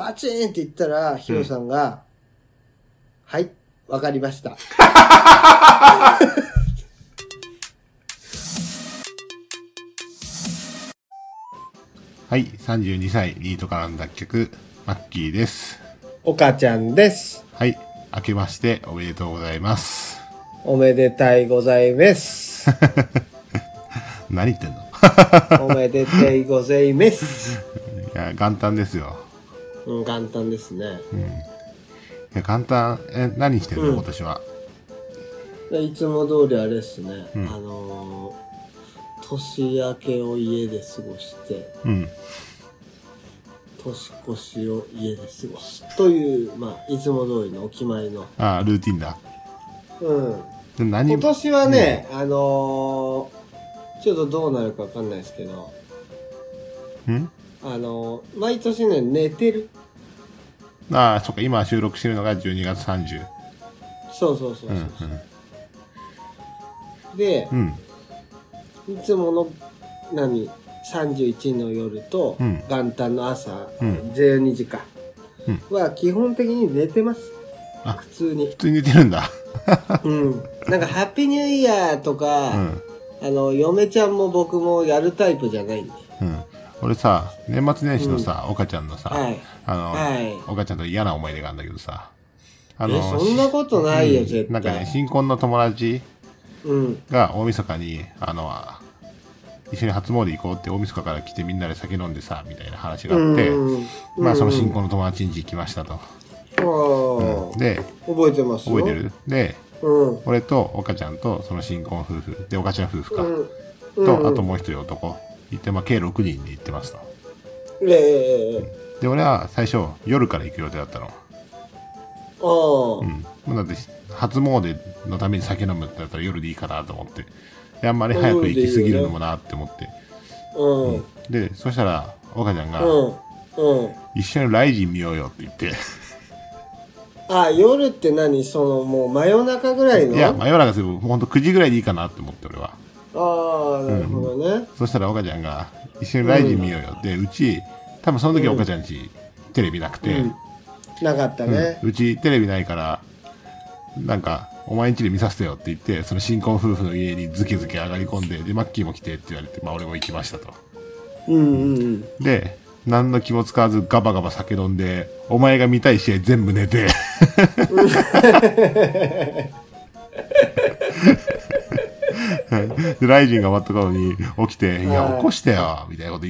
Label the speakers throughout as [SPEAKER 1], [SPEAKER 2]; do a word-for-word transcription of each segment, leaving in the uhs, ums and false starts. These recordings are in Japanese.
[SPEAKER 1] バチーンって言ったら、ヒロさんが、うん、はい、わかりました。
[SPEAKER 2] はい、さんじゅうにさいニートからの脱却、マッキーです。
[SPEAKER 1] おかちゃんです。
[SPEAKER 2] はい、明けましておめでとうございます。
[SPEAKER 1] おめでたいございます。
[SPEAKER 2] 何言ってんの？
[SPEAKER 1] おめでたいございます。
[SPEAKER 2] いや、元旦ですよ。
[SPEAKER 1] うん、元旦ですね。
[SPEAKER 2] うん。いや、元旦、え、何してんの、うん、今年は。
[SPEAKER 1] いつも通りあれですね。うん、あのー、年明けを家で過ごして、うん、年越しを家で過ごすという、まあ、いつも通りのお決まりの。
[SPEAKER 2] ああ、ルーティンだ。
[SPEAKER 1] うん。何今年はね、うん、あのー、ちょっとどうなるかわかんないですけど、
[SPEAKER 2] ん
[SPEAKER 1] あのー、毎年ね、寝てる。
[SPEAKER 2] ああ、そっか、今収録してるのがじゅうにがつさんじゅう。
[SPEAKER 1] そうそうそうそう。うんうん、で、うん、いつもの、何、さんじゅういちの夜と、うん、元旦の朝、うん、じゅうにじか、うん、は基本的に寝てます。あ、普通に。
[SPEAKER 2] 普通に寝てるんだ。
[SPEAKER 1] うん。なんか、ハッピーニューイヤーとか、うん、あの、嫁ちゃんも僕もやるタイプじゃないんで。
[SPEAKER 2] うん。俺さ、年末年始のさ、うん、岡ちゃんのさ、はい、あの、はい、岡ちゃんと嫌な思い出があるんだけどさ、
[SPEAKER 1] あの、え、そんなことないよ、うん、絶対。
[SPEAKER 2] なんかね、新婚の友達が大晦日に、あの、一緒に初詣行こうって大晦日から来てみんなで酒飲んでさ、みたいな話があって、うん、まあその新婚の友達ん家行きましたと。うん、で、
[SPEAKER 1] 覚えてますよ。
[SPEAKER 2] 覚えてる？で、うん、俺と岡ちゃんとその新婚夫婦、で、岡ちゃん夫婦か、うん、と、あともう一人男、行って、まあ計ろくにんで行ってますと。
[SPEAKER 1] ええ
[SPEAKER 2] ー、で、俺は最初夜から行く予定だったの。うん。だって、初詣のために酒飲むってなったら夜でいいかなと思って。で、あんまり早く行き過ぎるのもなって思って。うんうん、で、そしたら、岡ちゃんが、うんうん、一緒にライジン見ようよって言って。
[SPEAKER 1] あ、夜って何その、もう真夜中ぐらいの？
[SPEAKER 2] いや、真夜中する。もうほんとくじぐらいでいいかなって思って、俺は。
[SPEAKER 1] ああ、なるほどね、うん。
[SPEAKER 2] そしたら岡ちゃんが、一緒にライジン見ようよって、うん、うち、多分その時岡ちゃんち、うん、テレビなくて、うん、
[SPEAKER 1] なかったね、
[SPEAKER 2] うん。うちテレビないから、なんか、お前ん家で見させてよって言って、その新婚夫婦の家にズケズケ上がり込んで、で、マッキーも来てって言われて、まあ俺も行きましたと。
[SPEAKER 1] うんうんうん。
[SPEAKER 2] で、何の気も使わずガバガバ酒飲んで、お前が見たい試合全部寝て。で、ライジンが終わった頃に起きて、いや、起こしてよみたいなこと言って、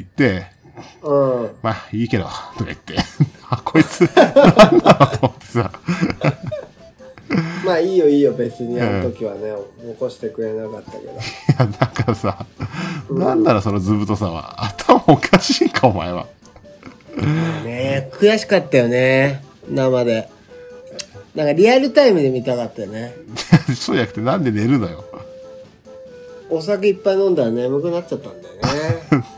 [SPEAKER 2] うん、まあ、いいけど、とか言って、あ、こいつ、なんだろうと思ってさ。
[SPEAKER 1] まあいいよいいよ別にあの時はね、うん、起こしてくれなかったけど。い
[SPEAKER 2] やだからさ、うん、なんだろその図太さは。頭おかしいかお前は。
[SPEAKER 1] ねえ、悔しかったよね生で。なんかリアルタイムで見たかったよね。
[SPEAKER 2] そうじゃなくてなんで寝るのよ。
[SPEAKER 1] お酒いっぱい飲んだら眠くなっちゃったんだよね。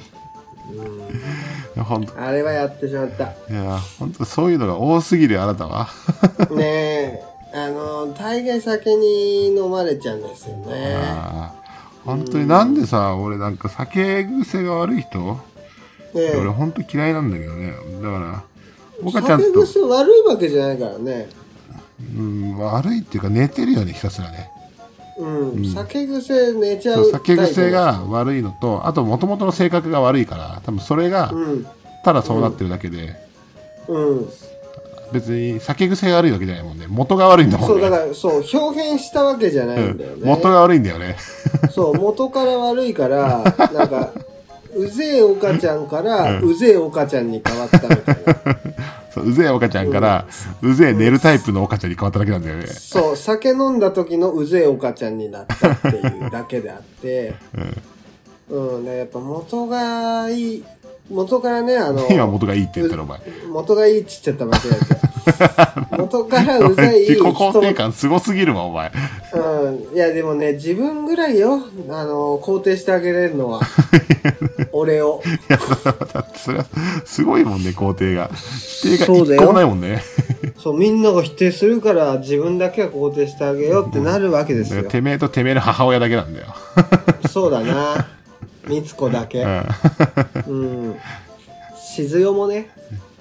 [SPEAKER 1] うん、ほんとあれはやってしまった。
[SPEAKER 2] いや本当そういうのが多すぎるよあなたは。
[SPEAKER 1] ねえ、あの大概酒に飲まれちゃうんですよね。
[SPEAKER 2] あ本当になんでさ、うん、俺なんか酒癖が悪い人、ね、俺本当嫌いなんだけどね。だから岡ちゃんと
[SPEAKER 1] 酒癖悪いわけじゃないからね。
[SPEAKER 2] うん、悪いっていうか寝てるよねひたすらね。
[SPEAKER 1] うん、うん、酒癖寝ちゃう。
[SPEAKER 2] そう酒癖が悪いのと、あと元々の性格が悪いから多分それが、うん、ただそうなってるだけで、うんうん、別に酒癖が悪いわけじゃないもんね。元が悪いんだもんね。
[SPEAKER 1] そうだからそう表現したわけじゃないんだよね、
[SPEAKER 2] うん、元が悪いんだよね。
[SPEAKER 1] そう元から悪いからなんかうぜえおかちゃんから、うん、うぜえおかちゃんに変わったみたいな。
[SPEAKER 2] そううぜえおかちゃんから、うん、うぜえ寝るタイプのおかちゃんに変わっただけなんだよね。
[SPEAKER 1] そう酒飲んだ時のうぜえおかちゃんになったっていうだけであって、うん、うん、ね、やっぱ元がいい。元からね、あの
[SPEAKER 2] 今元がいいって言ったらお前
[SPEAKER 1] 元がいいって言っちゃった間違えた。元からうざい
[SPEAKER 2] 自己肯定感すごすぎるわお前。
[SPEAKER 1] うん、いやでもね自分ぐらいよ、あの肯定してあげれるのは。俺を。いや
[SPEAKER 2] だってそれはすごいもんね肯定が。否定が一個もないもんね。
[SPEAKER 1] そう、みんなが否定するから自分だけは肯定してあげようってなるわけですよ。
[SPEAKER 2] てめえとてめえの母親だけなんだよ。
[SPEAKER 1] そうだな。みつこだけ。うん。しずよもね。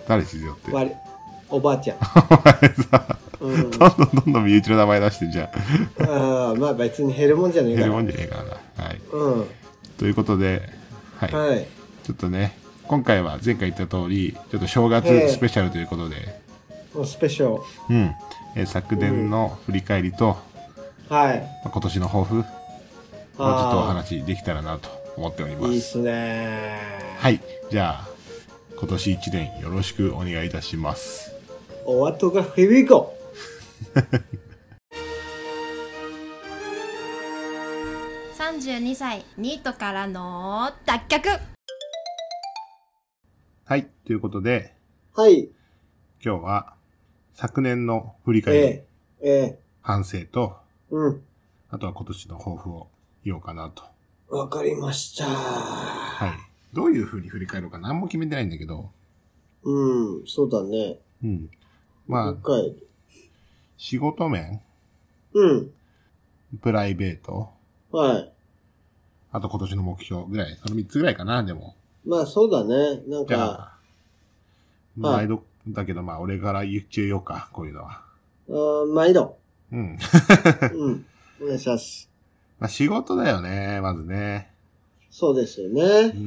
[SPEAKER 2] 誰千鶴って。
[SPEAKER 1] 我おばあちゃん。
[SPEAKER 2] お前さ、うん、どんどんどんどん身内の名前出してんじゃん。
[SPEAKER 1] ああ、まあ別に減るもんじゃねえから。
[SPEAKER 2] 減るもんじゃねえからな。はい。
[SPEAKER 1] うん。
[SPEAKER 2] ということで、はい。はい、ちょっとね、今回は前回言った通り、ちょっと正月スペシャルということで。
[SPEAKER 1] スペシャル。
[SPEAKER 2] うん。えー、昨年の振り返りと、
[SPEAKER 1] うん、はい。
[SPEAKER 2] まあ、今年の抱負をちょっとお話できたらなと思っております。
[SPEAKER 1] いいっすね。
[SPEAKER 2] はい。じゃあ、今年一年よろしくお願いいたします。
[SPEAKER 1] お後が響こ
[SPEAKER 3] さんじゅうにさいニートからの脱却。
[SPEAKER 2] はい。ということで、
[SPEAKER 1] はい。
[SPEAKER 2] 今日は昨年の振り返り、えええ、反省と、
[SPEAKER 1] うん。
[SPEAKER 2] あとは今年の抱負を言おうかなと。
[SPEAKER 1] わかりました。
[SPEAKER 2] はい。どういう風に振り返ろうか何も決めてないんだけど。
[SPEAKER 1] うん、そうだね。
[SPEAKER 2] うん。まあ、仕事面、
[SPEAKER 1] うん。プ
[SPEAKER 2] ライベート、
[SPEAKER 1] はい。
[SPEAKER 2] あと今年の目標ぐらい。そのみっつぐらいかな、でも。
[SPEAKER 1] まあそうだね。なんか。
[SPEAKER 2] 毎度だけど、まあ俺から言っちゃうようか、こういうのは。
[SPEAKER 1] あ毎度。
[SPEAKER 2] うん。
[SPEAKER 1] うん。お願いします。
[SPEAKER 2] まあ仕事だよね、まずね。
[SPEAKER 1] そうですよね。
[SPEAKER 2] うん。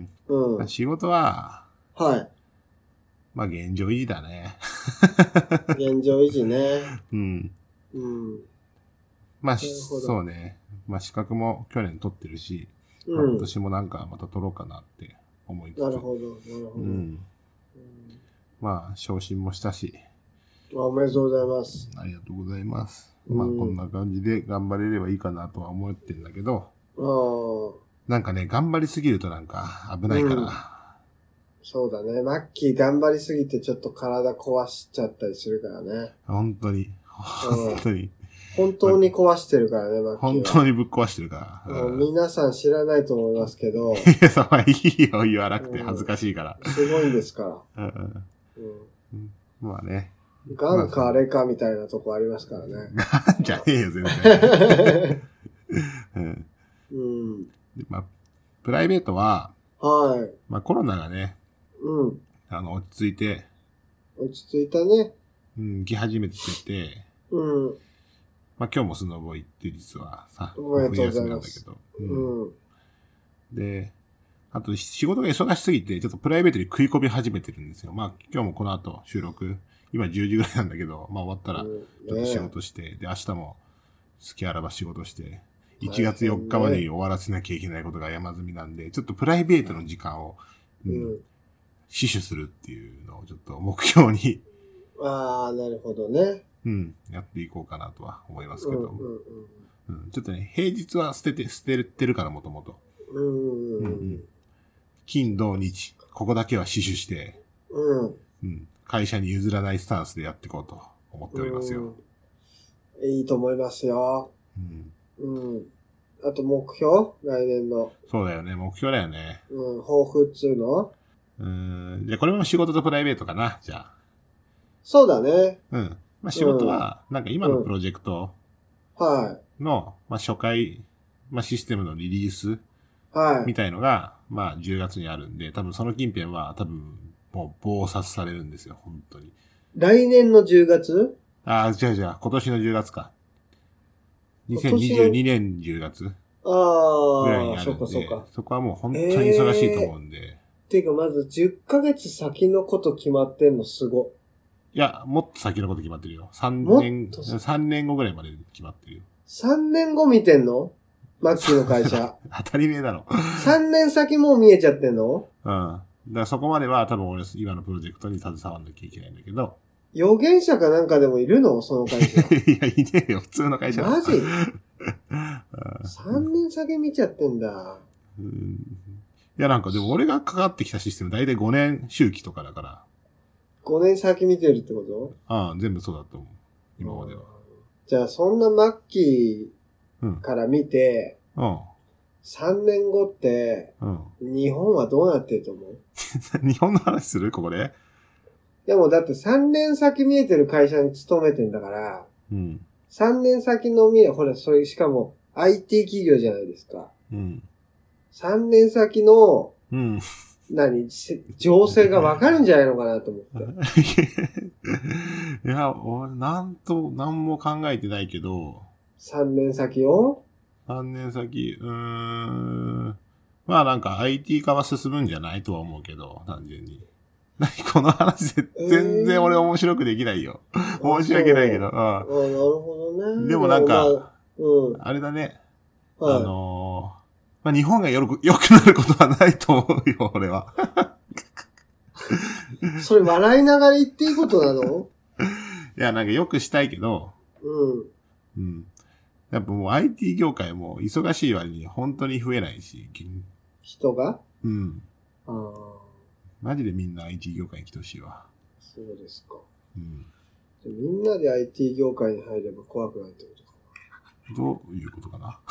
[SPEAKER 1] うん。
[SPEAKER 2] まあ、仕事は、
[SPEAKER 1] はい。
[SPEAKER 2] まあ現状維持だね。
[SPEAKER 1] 現状維持ね。
[SPEAKER 2] うん。
[SPEAKER 1] うん。
[SPEAKER 2] まあ、そうね。まあ資格も去年取ってるし、うんまあ、今年もなんかまた取ろうかなって思いつつ。
[SPEAKER 1] なるほど、なるほど。うん。うん、
[SPEAKER 2] まあ、昇進もしたし。
[SPEAKER 1] おめでとうございます。
[SPEAKER 2] ありがとうございます。うん、まあこんな感じで頑張れればいいかなとは思ってるんだけど、
[SPEAKER 1] あ
[SPEAKER 2] なんかね、頑張りすぎるとなんか危ないから。うん、
[SPEAKER 1] そうだね。マッキー頑張りすぎてちょっと体壊しちゃったりするからね。
[SPEAKER 2] 本当に。本当に。
[SPEAKER 1] 本当に壊してるからね、マッキーは。
[SPEAKER 2] 本当にぶっ壊してるから。
[SPEAKER 1] うん、皆さん知らないと思いますけど。
[SPEAKER 2] いや、それはいいよ、言わなくて恥ずかしいから。
[SPEAKER 1] うん、すごいんですから。
[SPEAKER 2] うんうん、まあね。
[SPEAKER 1] ガンかあれかみたいなとこありますからね。
[SPEAKER 2] ガンじゃねえよ、全然。
[SPEAKER 1] うん。うん。
[SPEAKER 2] まあ、プライベートは、
[SPEAKER 1] はい。
[SPEAKER 2] まあコロナがね、
[SPEAKER 1] うん。
[SPEAKER 2] あの、落ち着いて、
[SPEAKER 1] 落ち着いたね。
[SPEAKER 2] うん、来始めてて、
[SPEAKER 1] うん。
[SPEAKER 2] まあ今日もスノボ行って実はさ、
[SPEAKER 1] おめでとうございます。
[SPEAKER 2] 冬休みなんだけど。
[SPEAKER 1] うん。うん、
[SPEAKER 2] で、あと仕事が忙しすぎて、ちょっとプライベートに食い込み始めてるんですよ。まあ今日もこの後収録、今じゅうじぐらいなんだけど、まあ終わったらちょっと仕事して、うんね、で明日も好きあらば仕事して、いちがつよっかまでに終わらせなきゃいけないことが山積みなんで、ちょっとプライベートの時間を、うんうん、死守するっていうのをちょっと目標に。
[SPEAKER 1] ああ、なるほどね。
[SPEAKER 2] うん、やっていこうかなとは思いますけど。
[SPEAKER 1] うんうんうん
[SPEAKER 2] うん、ちょっとね、平日は捨てて、捨ててるからもともと。金、土、日、ここだけは死守して、
[SPEAKER 1] うん
[SPEAKER 2] うん、会社に譲らないスタンスでやっていこうと思っておりますよ。
[SPEAKER 1] うん、いいと思いますよ。
[SPEAKER 2] うん。
[SPEAKER 1] うん。あと目標来年の。
[SPEAKER 2] そうだよね、目標だよね。
[SPEAKER 1] うん、抱負っつうの
[SPEAKER 2] うーん、じゃあこれも仕事とプライベートかな、じゃあ。
[SPEAKER 1] そうだね。
[SPEAKER 2] うん。まあ仕事は、なんか今のプロジェクト
[SPEAKER 1] はい。
[SPEAKER 2] の、まあ初回、まあシステムのリリース
[SPEAKER 1] はい。
[SPEAKER 2] みたいのが、まあじゅうがつにあるんで、多分その近辺は多分もう暴殺されるんですよ、本当に。
[SPEAKER 1] 来年のじゅうがつ？
[SPEAKER 2] ああ、違う違う、今年のじゅうがつか。にせんにじゅうにねんじゅうがつぐらいにあるんで、そ, かそこはもう本当に忙しいと思うんで。えー、
[SPEAKER 1] っていうかまずじゅっかげつ先のこと決まってんのすご。
[SPEAKER 2] いや、もっと先のこと決まってるよ。さんねん、さんねんごぐらいまで決まってるよ。
[SPEAKER 1] さんねんご見てんの？マッキーの会社。
[SPEAKER 2] 当たり前だろ。
[SPEAKER 1] さんねん先もう見えちゃってんの？
[SPEAKER 2] うん。だからそこまでは多分俺今のプロジェクトに携わんなきゃいけないんだけど。
[SPEAKER 1] 予言者かなんかでもいるの？その会社。
[SPEAKER 2] いや、いねえよ。普通の会社だ。
[SPEAKER 1] マジ？さんねん先見ちゃってんだ。
[SPEAKER 2] うん。いや、なんかでも俺がかかってきたシステムだいたいごねん周期とかだから。
[SPEAKER 1] ごねん先見てるってこと？
[SPEAKER 2] ああ、全部そうだと思う。今までは。
[SPEAKER 1] じゃあ、そんなマッキーから見て、
[SPEAKER 2] うん。
[SPEAKER 1] さんねんごって、
[SPEAKER 2] うん。
[SPEAKER 1] 日本はどうなってると思う？
[SPEAKER 2] 日本の話するここで？
[SPEAKER 1] でもだってさんねん先見えてる会社に勤めてんだから、
[SPEAKER 2] うん。
[SPEAKER 1] さんねん先の見え、ほら、そういう、しかも アイティー 企業じゃないですか。
[SPEAKER 2] うん。
[SPEAKER 1] さんねん先の、
[SPEAKER 2] うん。
[SPEAKER 1] 何情勢がわかるんじゃないのかなと思って。
[SPEAKER 2] いや、俺、なんと、なんも考えてないけど。
[SPEAKER 1] さんねん先を ?
[SPEAKER 2] さん 年先、うーん。まあなんか アイティー 化は進むんじゃないとは思うけど、単純に。何この話全然俺面白くできないよ。えー、申し訳ないけど。ああ、なる
[SPEAKER 1] ほどね。
[SPEAKER 2] でもなんか、
[SPEAKER 1] まあうん、
[SPEAKER 2] あれだね。
[SPEAKER 1] はい、
[SPEAKER 2] あのー、まあ、日本がよく、良くなることはないと思うよ、俺は。
[SPEAKER 1] それ笑いながら言っていいことなの？
[SPEAKER 2] いや、なんか良くしたいけど、
[SPEAKER 1] うん。
[SPEAKER 2] うん。やっぱもう アイティー 業界も忙しい割に本当に増えないし。
[SPEAKER 1] 人が？
[SPEAKER 2] うん。
[SPEAKER 1] ああ。
[SPEAKER 2] マジでみんな アイティー 業界に来てほしいわ。
[SPEAKER 1] そうですか。
[SPEAKER 2] うん。
[SPEAKER 1] みんなで アイティー 業界に入れば怖くないってことか
[SPEAKER 2] な。どういうことかな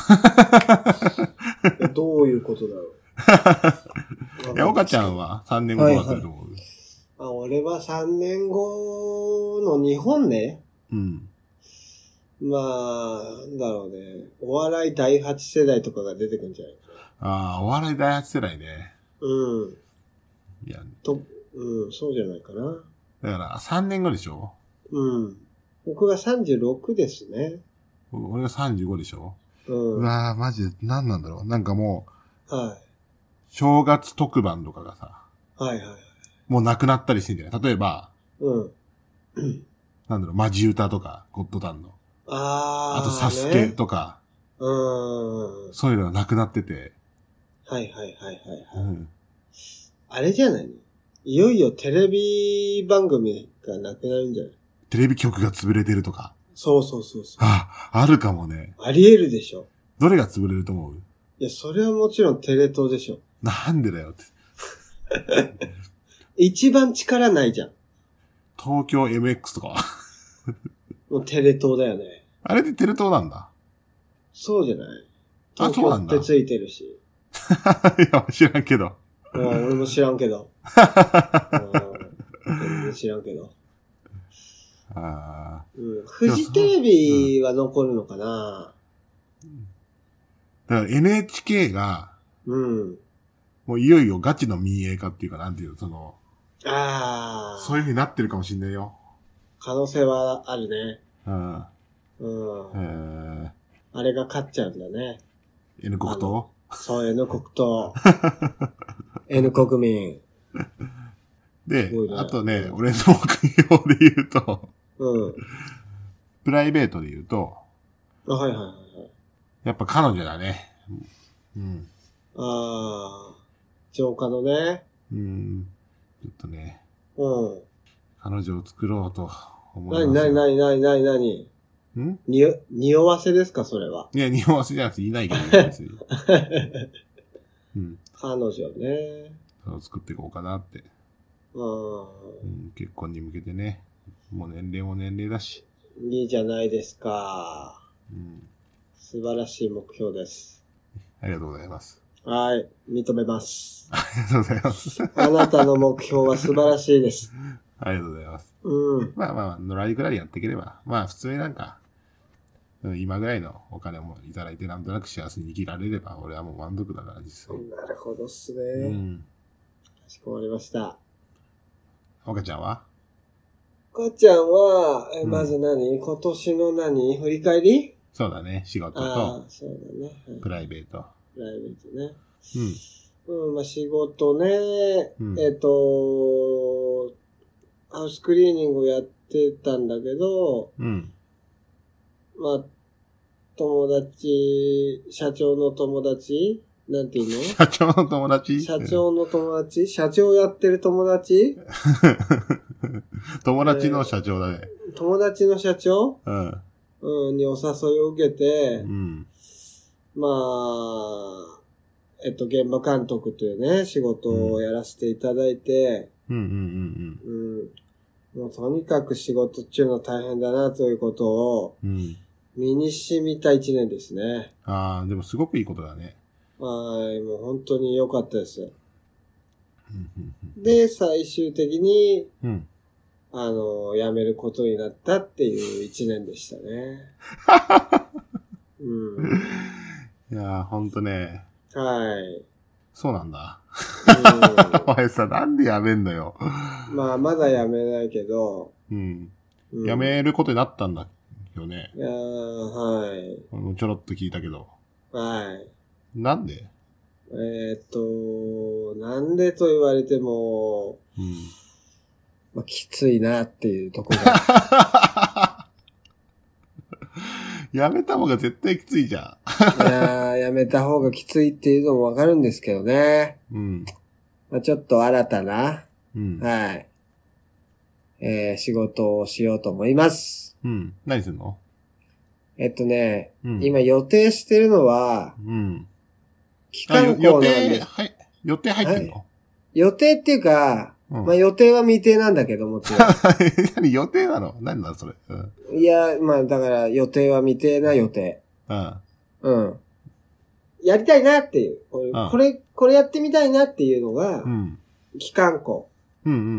[SPEAKER 1] どういうことだろ
[SPEAKER 2] う。いや、岡ちゃんはさんねんごどうなってると思う、はいはい、
[SPEAKER 1] あ、俺はさんねんごの日本ね。
[SPEAKER 2] うん。
[SPEAKER 1] まあ、なんだろうね。お笑い第八世代とかが出てくるんじゃないか
[SPEAKER 2] な。ああ、お笑い第八世代ね。
[SPEAKER 1] うん。
[SPEAKER 2] いや、
[SPEAKER 1] と、うん、そうじゃないかな。
[SPEAKER 2] だからさんねんごでしょ？
[SPEAKER 1] うん。僕がさんじゅうろくですね。
[SPEAKER 2] 俺がさんじゅうごでしょ？
[SPEAKER 1] うん。
[SPEAKER 2] うわぁ、マジで、何なんだろう。なんかも
[SPEAKER 1] う、はい。
[SPEAKER 2] 正月特番とかがさ、
[SPEAKER 1] はいはいはい。
[SPEAKER 2] もうなくなったりしてんじゃない？例えば、
[SPEAKER 1] うん。
[SPEAKER 2] なんだろう、マジ歌とか、ゴッドタンの。
[SPEAKER 1] ああ。
[SPEAKER 2] あと、サスケとか、
[SPEAKER 1] ね、うん。
[SPEAKER 2] そういうのがなくなってて。
[SPEAKER 1] はいはいはいはい、はい。
[SPEAKER 2] うん。
[SPEAKER 1] あれじゃないの？いよいよテレビ番組がなくなるんじゃない？
[SPEAKER 2] テレビ局が潰れてるとか。
[SPEAKER 1] そうそうそうそう。
[SPEAKER 2] あ、あるかもね。
[SPEAKER 1] あり得るでしょ。
[SPEAKER 2] どれが潰れると思う？
[SPEAKER 1] いや、それはもちろんテレ東でしょ。
[SPEAKER 2] なんでだよって。
[SPEAKER 1] 一番力ないじゃん。
[SPEAKER 2] 東京 エムエックス とかは。
[SPEAKER 1] もうテレ東だよね。
[SPEAKER 2] あれってテレ東なんだ。
[SPEAKER 1] そうじゃない？
[SPEAKER 2] あ、そうなんだ。
[SPEAKER 1] ってついてるし。
[SPEAKER 2] いや、知らんけど。
[SPEAKER 1] うん、俺も知らんけど。うん、全然知らんけど。
[SPEAKER 2] あ
[SPEAKER 1] うん、フジテレビは残るのかな、
[SPEAKER 2] うん、だから エヌエイチケー が、
[SPEAKER 1] うん。
[SPEAKER 2] もういよいよガチの民営化っていうか、なんていうの、その、
[SPEAKER 1] ああ。
[SPEAKER 2] そういう風になってるかもしんないよ。
[SPEAKER 1] 可能性はあるね。
[SPEAKER 2] うん。
[SPEAKER 1] うん。
[SPEAKER 2] えー、
[SPEAKER 1] あれが勝っちゃうんだね。
[SPEAKER 2] N 国党？
[SPEAKER 1] そう、N 国党。N 国民。
[SPEAKER 2] で、ね、あとね、うん、俺の目標で言うと、
[SPEAKER 1] うん。
[SPEAKER 2] プライベートで言うと、
[SPEAKER 1] あ、はいはいはい。
[SPEAKER 2] やっぱ彼女だね。うん。
[SPEAKER 1] ああ、浄化のね。
[SPEAKER 2] うん。ちょっとね。
[SPEAKER 1] うん。
[SPEAKER 2] 彼女を作ろうと思い
[SPEAKER 1] ます。なになになになになに
[SPEAKER 2] ん
[SPEAKER 1] に、匂わせですかそれは。
[SPEAKER 2] いや、匂わせじゃなくていないけどね、別に。うん。
[SPEAKER 1] 彼女ね。
[SPEAKER 2] そう作っていこうかなって。
[SPEAKER 1] うん、
[SPEAKER 2] 結婚に向けてね。もう年齢も年齢だし。
[SPEAKER 1] いいじゃないですか。
[SPEAKER 2] うん。
[SPEAKER 1] 素晴らしい目標です。
[SPEAKER 2] ありがとうございます。
[SPEAKER 1] はい、認めます。
[SPEAKER 2] ありがとうございます。
[SPEAKER 1] あなたの目標は素晴らしいです。
[SPEAKER 2] ありがとうございます。
[SPEAKER 1] うん。
[SPEAKER 2] まあまあ、のらりくらりやっていければ、まあ普通になんか、今ぐらいのお金もいただいてなんとなく幸せに生きられれば、俺はもう満足だから実際。
[SPEAKER 1] なるほどっすね。
[SPEAKER 2] うん。
[SPEAKER 1] かしこまりました。
[SPEAKER 2] 岡ちゃんは？
[SPEAKER 1] 岡ちゃんは、え、まず何、うん、今年の何振り返り？
[SPEAKER 2] そうだね。仕事と、
[SPEAKER 1] あそうだね、
[SPEAKER 2] はい、プライベート。
[SPEAKER 1] プライベートね。
[SPEAKER 2] うん。
[SPEAKER 1] うん、まあ仕事ね、うん、えっ、ー、と、ハウスクリーニングをやってたんだけど、
[SPEAKER 2] うん。
[SPEAKER 1] まあ、友達、社長の友達なんていうの？
[SPEAKER 2] 社長の友達？
[SPEAKER 1] 社長の友達社長やってる友達
[SPEAKER 2] 友達の社長だね、
[SPEAKER 1] えー。友達の社長？
[SPEAKER 2] うん。
[SPEAKER 1] うん、にお誘いを受けて、
[SPEAKER 2] うん。
[SPEAKER 1] まあ、えっと、現場監督というね、仕事をやらせていただいて、
[SPEAKER 2] うんうんうん
[SPEAKER 1] うん。うん。もうとにかく仕事っていうのは大変だなということを、
[SPEAKER 2] うん。
[SPEAKER 1] 身に染みた一年ですね。
[SPEAKER 2] ああ、でもすごくいいことだね。
[SPEAKER 1] はい、もう本当に良かったです。で、最終的に、
[SPEAKER 2] うん、
[SPEAKER 1] あの、辞めることになったっていう一年でしたね。うん、
[SPEAKER 2] いやー、ほんとね。
[SPEAKER 1] はい。
[SPEAKER 2] そうなんだ。 お前さ、なんで辞めんのよ。
[SPEAKER 1] まあ、まだ辞めないけど。
[SPEAKER 2] うん。うん、辞めることになったんだよね。
[SPEAKER 1] いやー、はい。
[SPEAKER 2] ちょろっと聞いたけど。
[SPEAKER 1] はい。
[SPEAKER 2] なんで？
[SPEAKER 1] えー、っと、なんでと言われても、うん、まあ、きついなっていうところが。
[SPEAKER 2] やめた方が絶対きついじゃん。
[SPEAKER 1] いやー、やめた方がきついっていうのもわかるんですけどね。うん。まあ、ちょっと新たな、うん、はい。えー、仕事をしようと思います。
[SPEAKER 2] うん。何するの？
[SPEAKER 1] えっとね、うん、今予定してるのは、うん。期間校なんで。
[SPEAKER 2] はい。予定入ってんの？はい、
[SPEAKER 1] 予定っていうか、うん、まあ予定は未定なんだけどもちろん。
[SPEAKER 2] 何予定なの？何なのそれ、うん。
[SPEAKER 1] いや、まあだから予定は未定な予定。うん。うん。やりたいなっていう。これ、うん、これ、これやってみたいなっていうのが、うん、期間校。
[SPEAKER 2] うんうんうんうん。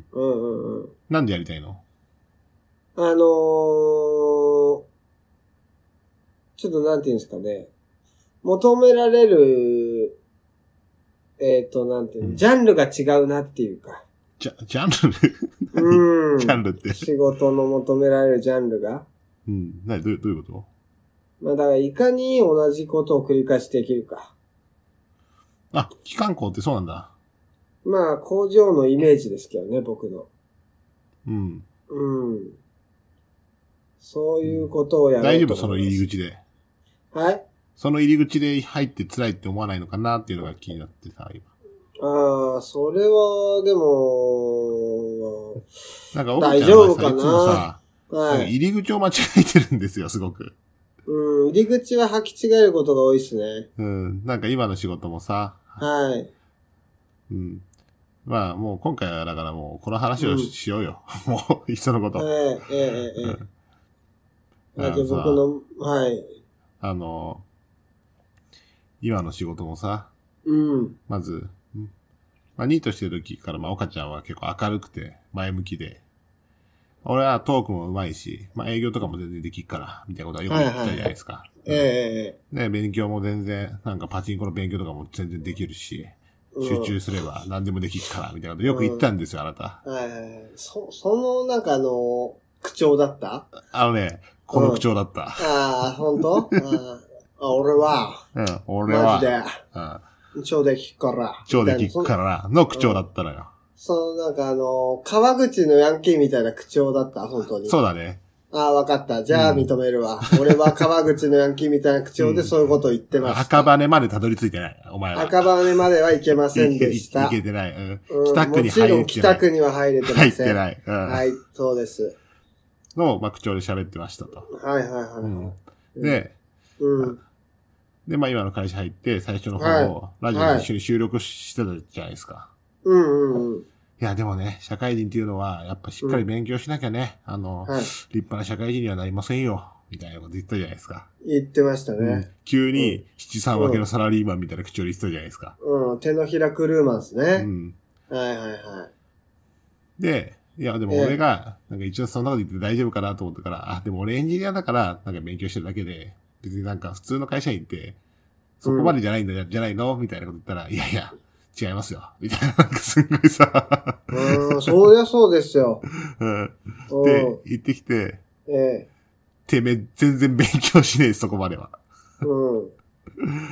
[SPEAKER 2] うんうんうん。なんでやりたいの？
[SPEAKER 1] あのー、ちょっとなんていうんですかね。求められる、えっ、ー、と、なんていうの、うん、ジャンルが違うなっていうか。
[SPEAKER 2] ジャ、ジャンルうん。ジャンルって。
[SPEAKER 1] 仕事の求められるジャンルが。
[SPEAKER 2] うん。なに、どういう、どういうこと？
[SPEAKER 1] まあだからいかに同じことを繰り返しできるか。
[SPEAKER 2] あ、期間校ってそうなんだ。
[SPEAKER 1] まあ工場のイメージですけどね、僕の。
[SPEAKER 2] うん。
[SPEAKER 1] うん。そういうことをやろうと思います。
[SPEAKER 2] 大丈夫、その入り口で。
[SPEAKER 1] はい。
[SPEAKER 2] その入り口で入って辛いって思わないのかなっていうのが気になってさ、今。
[SPEAKER 1] ああ、それは、でも、
[SPEAKER 2] なんか、大丈夫かな。いつもさ、はい、入り口を間違えてるんですよ、すごく。
[SPEAKER 1] うん、入り口は履き違えることが多いですね。
[SPEAKER 2] うん、なんか今の仕事もさ。
[SPEAKER 1] はい。
[SPEAKER 2] うん。まあ、もう今回はだからもう、この話を し,、うん、しようよ。もう、いっそのこと。
[SPEAKER 1] ええ、ええ、ええ。だって僕の、はい。
[SPEAKER 2] あの、今の仕事もさ、
[SPEAKER 1] うん。
[SPEAKER 2] まず、まあ、ニートしてる時から、まあ、岡ちゃんは結構明るくて、前向きで、俺はトークも上手いし、まあ、営業とかも全然できっから、みたいなことはよく言ったじゃないですか。
[SPEAKER 1] ええ。
[SPEAKER 2] ね、勉強も全然、なんかパチンコの勉強とかも全然できるし、集中すれば何でもできっから、みたいなことよく言ったんですよ、うん、あなた。
[SPEAKER 1] はいはいはい。そ、その、なんかあの、口調だった？
[SPEAKER 2] あのね、この口調だった。うん、
[SPEAKER 1] ああ、ほんと？あ、俺は、
[SPEAKER 2] うん、俺は、
[SPEAKER 1] マジで、うん、超できっから、
[SPEAKER 2] 超できっからの口調だったのよ。
[SPEAKER 1] そのなんかあの、川口のヤンキーみたいな口調だった、本当に。
[SPEAKER 2] そうだね。
[SPEAKER 1] ああ、わかった。じゃあ認めるわ、うん。俺は川口のヤンキーみたいな口調でそういうことを言ってました。
[SPEAKER 2] 赤羽までたどり着いてない、お前は。
[SPEAKER 1] 赤羽までは行けませんでした。
[SPEAKER 2] 行けてない。うん、北区に入れてない。もちろん
[SPEAKER 1] 北区には入れてません。
[SPEAKER 2] 入ってない。うん、
[SPEAKER 1] はい、そうです。
[SPEAKER 2] の、まあ、口調で喋ってましたと。
[SPEAKER 1] はいはいはい、はい
[SPEAKER 2] うん。で、うん。で、まあ今の会社入って、最初の方を、ラジオで一緒に収録してたじゃないですか。
[SPEAKER 1] うんうんうん。い
[SPEAKER 2] や、でもね、社会人っていうのは、やっぱしっかり勉強しなきゃね、うん、あの、はい、立派な社会人にはなりませんよ、みたいなこと言ったじゃないですか。
[SPEAKER 1] 言ってましたね。うん、
[SPEAKER 2] 急に、七三分けのサラリーマンみたいな口調で言ってたじゃないですか。
[SPEAKER 1] うん、手のひらクルーマンですね。うん。はいはいはい。
[SPEAKER 2] で、いや、でも俺が、なんか一応そんなこと言って大丈夫かなと思ったから、あ、でも俺エンジニアだから、なんか勉強してるだけで、別になんか普通の会社員って、そこまでじゃないんだ、うん、じゃないのみたいなこと言ったら、いやいや、違いますよ。みたいな、なんかすんごいさ。
[SPEAKER 1] うん、そうやそうですよ。
[SPEAKER 2] うん。で、言ってきて、
[SPEAKER 1] ええ。
[SPEAKER 2] てめえ、全然勉強しねえ、そこまでは。
[SPEAKER 1] うん。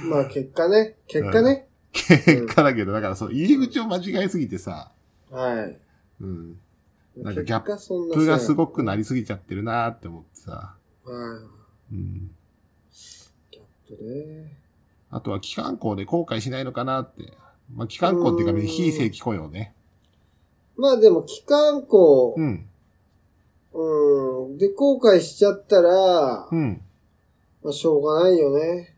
[SPEAKER 1] まあ結果ね、結果ね。
[SPEAKER 2] うん、結果だけど、だからそう、入り口を間違えすぎてさ。
[SPEAKER 1] はい。
[SPEAKER 2] うん。なんかギャップがすごくなりすぎちゃってるなーって思ってさ。
[SPEAKER 1] はい。うん。ギャップね。
[SPEAKER 2] あとは期間校で後悔しないのかなって。まあ期間校っていうか、非正規雇用ね。
[SPEAKER 1] まあでも期間校。
[SPEAKER 2] うん。
[SPEAKER 1] うん。で、後悔しちゃったら、
[SPEAKER 2] うん。
[SPEAKER 1] まあしょうがないよね。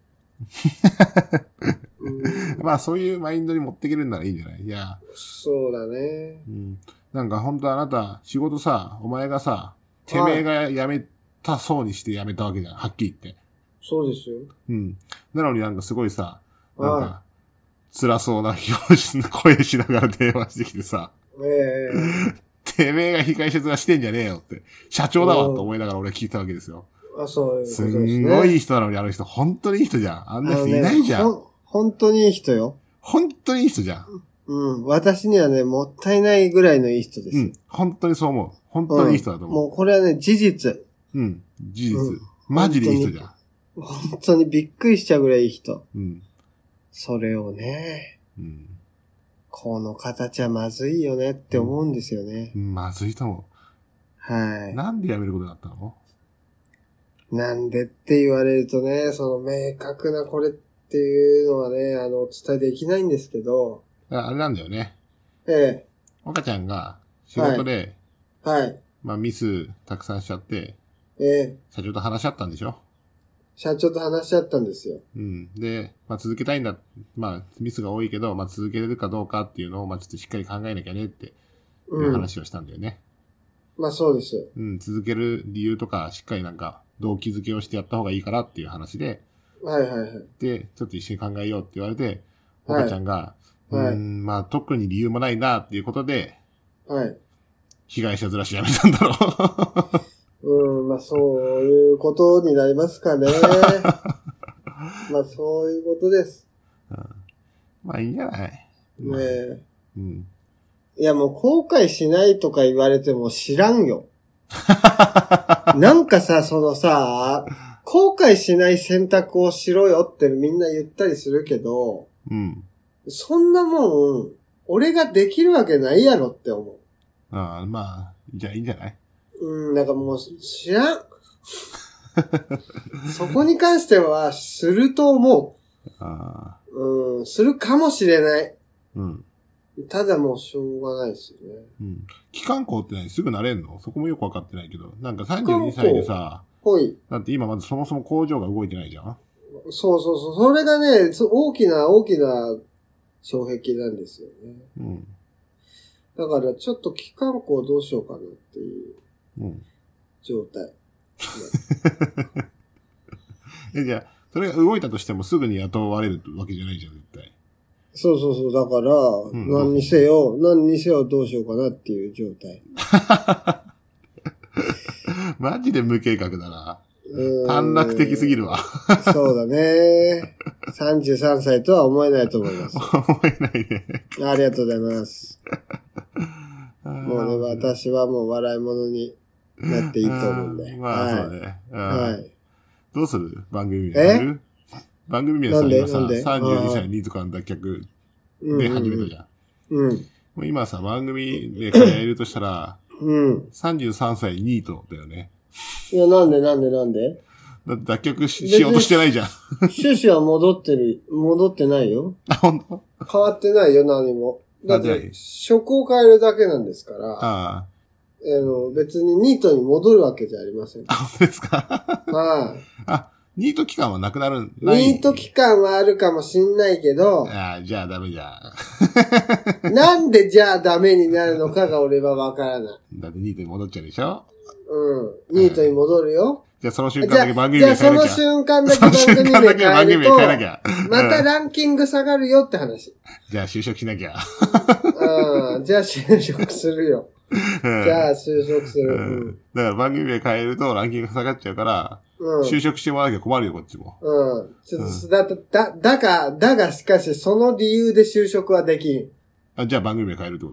[SPEAKER 2] うん、まあそういうマインドに持っていけるんならいいんじゃない？いや。
[SPEAKER 1] そうだね。
[SPEAKER 2] うん。なんか本当あなた、仕事さ、お前がさ、てめえが辞めたそうにして辞めたわけじゃん。はっきり言って。
[SPEAKER 1] そうですよ。
[SPEAKER 2] うん。なのになんかすごいさ、なんか、辛そうな表情の声しながら電話してきてさ、
[SPEAKER 1] ええー、
[SPEAKER 2] てめえが被害者がしてんじゃねえよって、社長だわと思いながら俺聞いたわけですよ。
[SPEAKER 1] あ、そういうことですね。
[SPEAKER 2] すんごいいい人なのにあの人、本当にいい人じゃん。あんな人いないじゃん。
[SPEAKER 1] ほん、本当にいい人よ。
[SPEAKER 2] 本当にいい人じゃん。
[SPEAKER 1] うん。私にはね、もったいないぐらいのいい人です。
[SPEAKER 2] うん。本当にそう思う。本当にいい人だと思う。
[SPEAKER 1] うん、もうこれはね、事実。
[SPEAKER 2] うん。事実。うん、マジでいい人じゃん。
[SPEAKER 1] 本当にびっくりしちゃうぐらいいい人。
[SPEAKER 2] うん。
[SPEAKER 1] それをね、
[SPEAKER 2] うん。
[SPEAKER 1] この形はまずいよねって思うんですよね。
[SPEAKER 2] うん、まずいと思う。
[SPEAKER 1] はい。
[SPEAKER 2] なんで辞めることになったの？
[SPEAKER 1] なんでって言われるとね、その明確なこれっていうのはね、あの、お伝えできないんですけど。
[SPEAKER 2] あれなんだよね。
[SPEAKER 1] ええ。
[SPEAKER 2] 岡ちゃんが仕事で、
[SPEAKER 1] はい。はい、ま
[SPEAKER 2] あミスたくさんしちゃって、
[SPEAKER 1] ええ。
[SPEAKER 2] 社長と話し合ったんでしょ？
[SPEAKER 1] 社長と話し合ったんですよ。
[SPEAKER 2] うん。で、まあ続けたいんだ。まあミスが多いけど、まあ続けれるかどうかっていうのを、まあちょっとしっかり考えなきゃねっていう話をしたんだよね。
[SPEAKER 1] うん、まあそうです。
[SPEAKER 2] うん、続ける理由とか、しっかりなんか、動機づけをしてやった方がいいからっていう話で、
[SPEAKER 1] はいはいはい。
[SPEAKER 2] で、ちょっと一緒に考えようって言われて、おかちゃんが、
[SPEAKER 1] はい、
[SPEAKER 2] うーん、まあ特に理由もないなっていうことで、
[SPEAKER 1] はい。
[SPEAKER 2] 被害者ずらしやめたんだろ
[SPEAKER 1] う。うん、まあそういうことになりますかね。まあそういうことです。
[SPEAKER 2] うん、まあいいんじゃない？
[SPEAKER 1] ねえ。
[SPEAKER 2] うん。
[SPEAKER 1] いやもう後悔しないとか言われても知らんよ。なんかさ、そのさ、後悔しない選択をしろよってみんな言ったりするけど、
[SPEAKER 2] うん。
[SPEAKER 1] そんなもん、俺ができるわけないやろって思う。
[SPEAKER 2] ああ、まあ、じゃあいいんじゃない？
[SPEAKER 1] うん、なんかもう知らん。そこに関しては、すると思う。
[SPEAKER 2] ああ。
[SPEAKER 1] うん、するかもしれない。
[SPEAKER 2] うん。
[SPEAKER 1] ただもうしょうがないですよね。
[SPEAKER 2] うん。期間校って何すぐなれんの？そこもよくわかってないけど。なんかさんじゅうにさいでさ、
[SPEAKER 1] はい。
[SPEAKER 2] だって今まずそもそも工場が動いてないじゃん？
[SPEAKER 1] そうそうそう。それがね、大きな大きな障壁なんですよね。
[SPEAKER 2] うん。
[SPEAKER 1] だからちょっと期間校どうしようかなっていう状態。
[SPEAKER 2] うん、え、じゃあ、それが動いたとしてもすぐに雇われるわけじゃないじゃん、絶対。
[SPEAKER 1] そうそうそう。だから、うん、何にせよ、何にせよどうしようかなっていう状態。
[SPEAKER 2] マジで無計画だな。短絡的すぎるわ。
[SPEAKER 1] そうだね。さんじゅうさんさいとは思えないと思います。
[SPEAKER 2] 思えないね。
[SPEAKER 1] ありがとうございます。もうね、私はもう笑い物になっていいと思うんで。
[SPEAKER 2] まあ、そうね。
[SPEAKER 1] はい。
[SPEAKER 2] どうする？番組名やる？番組名さ、今さ、さんじゅうにさいニートからの脱却で始めたじゃん。
[SPEAKER 1] うん。
[SPEAKER 2] もう今さ、番組名からやるとしたら、
[SPEAKER 1] うん。
[SPEAKER 2] さんじゅうさんさいニートだよね。
[SPEAKER 1] いや、なんでなんでなんで？
[SPEAKER 2] だって脱却 し, しようとしてないじゃん。
[SPEAKER 1] 趣旨は戻ってる、戻ってないよ。
[SPEAKER 2] あ、ほんと？
[SPEAKER 1] 変わってないよ、何も。だって、職を変えるだけなんですから。ああ。あの、別にニートに戻るわけじゃありません。
[SPEAKER 2] あ、本当ですか？
[SPEAKER 1] はい。
[SPEAKER 2] あ、ニート期間はなくなるん
[SPEAKER 1] だ。ニート期間はあるかもしんないけど。
[SPEAKER 2] ああ、じゃあダメじゃ
[SPEAKER 1] ん。なんでじゃあダメになるのかが俺はわからない。
[SPEAKER 2] だってニートに戻っちゃうでしょ？
[SPEAKER 1] うん。ニートに戻るよ。
[SPEAKER 2] じゃあその瞬間だけ番組名変えなきゃ。
[SPEAKER 1] じゃあその瞬間だけ番組名変えると、またランキング下がるよって話。
[SPEAKER 2] じゃあ就職しなきゃ。
[SPEAKER 1] うん。じゃあ就職するよ。じゃあ就職する。うん。
[SPEAKER 2] だから番組名変えるとランキングが下がっちゃうから、うん、就職してもらわなきゃ困るよ、こっちも。
[SPEAKER 1] うん。ちょっと、だ、だ、だが、だがしかしその理由で就職はできん。
[SPEAKER 2] あ、じゃあ番組名変えるってこと？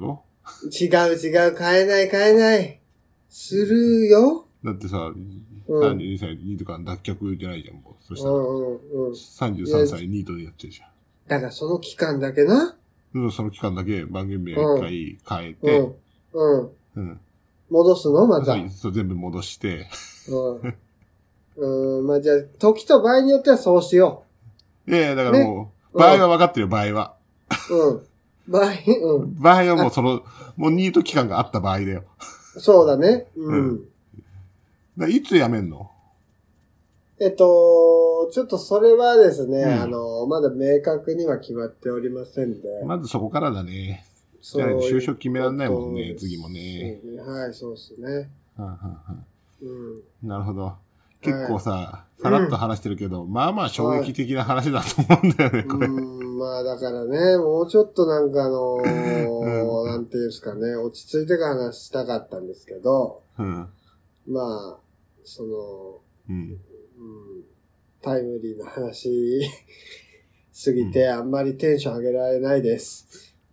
[SPEAKER 1] 違う違う、変えない変えない。するよ。
[SPEAKER 2] だってさ、さんじゅうにさいニートから脱却じゃないじゃん、もう。そしたら、うんうんうん、さんじゅうさんさいニートでやってるじゃん。
[SPEAKER 1] だからその期間だけな。
[SPEAKER 2] その期間だけ番組名一回変えて、
[SPEAKER 1] うんうんうん
[SPEAKER 2] うん、
[SPEAKER 1] 戻すのまた。
[SPEAKER 2] そう全部戻して。
[SPEAKER 1] うん。うん、まあじゃあ、時と場合によってはそうしよ
[SPEAKER 2] う。いやいや、だからもう、ね、場合は分かってるよ、場合は。
[SPEAKER 1] うん。場合、うん。
[SPEAKER 2] 場合はもうその、もうニート期間があった場合だよ。
[SPEAKER 1] そうだね。うん。うん、
[SPEAKER 2] だいつ辞めんの？
[SPEAKER 1] えっと、ちょっとそれはですね、うん、あの、まだ明確には決まっておりませんで。
[SPEAKER 2] まずそこからだね。じゃあ就職決められないもんね、次もね。
[SPEAKER 1] はい、そうですね。
[SPEAKER 2] はんはんはん
[SPEAKER 1] うん、
[SPEAKER 2] なるほど。結構さ、はい、さらっと話してるけど、うん、まあまあ衝撃的な話だと思うんだよね、はい、これ。
[SPEAKER 1] うん、まあだからね、もうちょっとなんかあのーうん、なんていうんですかね、落ち着いてから話したかったんですけど、
[SPEAKER 2] うん、
[SPEAKER 1] まあ、その、
[SPEAKER 2] うん、
[SPEAKER 1] うん、タイムリーな話すぎて、あんまりテンション上げられないです。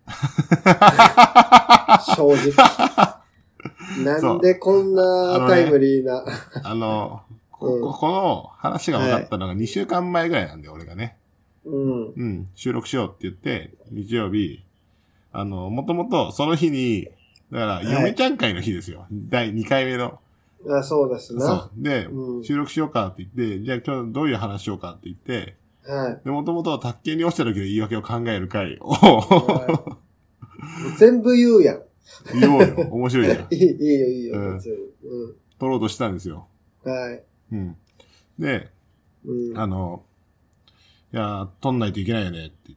[SPEAKER 1] 正直。なんでこんなタイムリーな。
[SPEAKER 2] あの、こ, この話が分かったのがにしゅうかんまえぐらいなんだよ、俺がね。うん。うん。収録しようって言って、日曜日、あの、もともとその日に、だから、嫁ちゃん会の日ですよ。はい、だいにかいめの。
[SPEAKER 1] あ、そうですね。
[SPEAKER 2] そう。で、うん、収録しようかって言って、じゃあ今日どういう話しようかって言って、はい。で、もともと卓球に落ちた時の言い訳を考える会を、はい、
[SPEAKER 1] 全部言うやん。
[SPEAKER 2] 言おうよ。面白いじゃん。
[SPEAKER 1] いい、いいよ、いいよ。うん。うん、
[SPEAKER 2] 撮ろうとしたんですよ。
[SPEAKER 1] はい。
[SPEAKER 2] うん。で、うん、あの、いや、撮んないといけないよねって言って、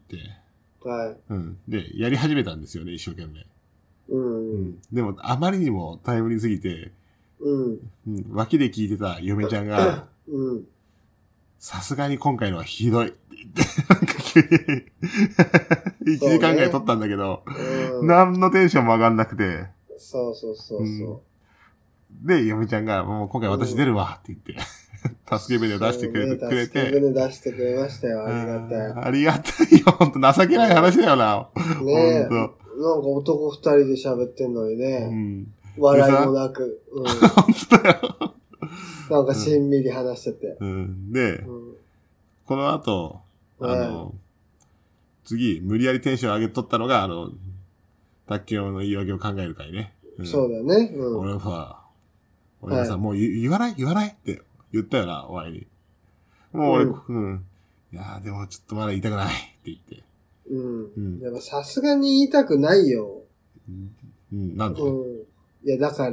[SPEAKER 2] はい。うん。で、やり始めたんですよね、一生懸命。うん。うん。でも、あまりにもタイムリーすぎて、うん。うん、脇で聞いてた嫁ちゃんが、うん。さすがに今回のはひどいって言って、なんか急に、いちじかんぐらい撮ったんだけど、うん、何のテンションも上がんなくて。
[SPEAKER 1] そうそうそうそう。うん、
[SPEAKER 2] で、嫁ちゃんが、もう今回私出るわって言って、うん、助け舟出してくれて、ね、くれて。
[SPEAKER 1] 助け舟出してくれましたよ、ありがたい。
[SPEAKER 2] ありがたいよ、ほんと情けない話だよな。
[SPEAKER 1] ねえ。ほんと。なんか男二人で喋ってんのにね。うん、笑いもなく。うん、本当だよ。なんかしんみり話してて。
[SPEAKER 2] うん、で、うん、この後、あの、はい、次、無理やりテンション上げとったのが、あの、卓球の言い訳を考える会ね。
[SPEAKER 1] うん、そうだよね。
[SPEAKER 2] うん、俺はさ、俺はさ、はい、もう言わない言わないって言ったよな、お前に。もう俺、うん。うん、いやーでもちょっとまだ言いたくないって言って。
[SPEAKER 1] うん。うん、でもさすがに言いたくないよ。
[SPEAKER 2] うん、なんで、うん、
[SPEAKER 1] いや、だから、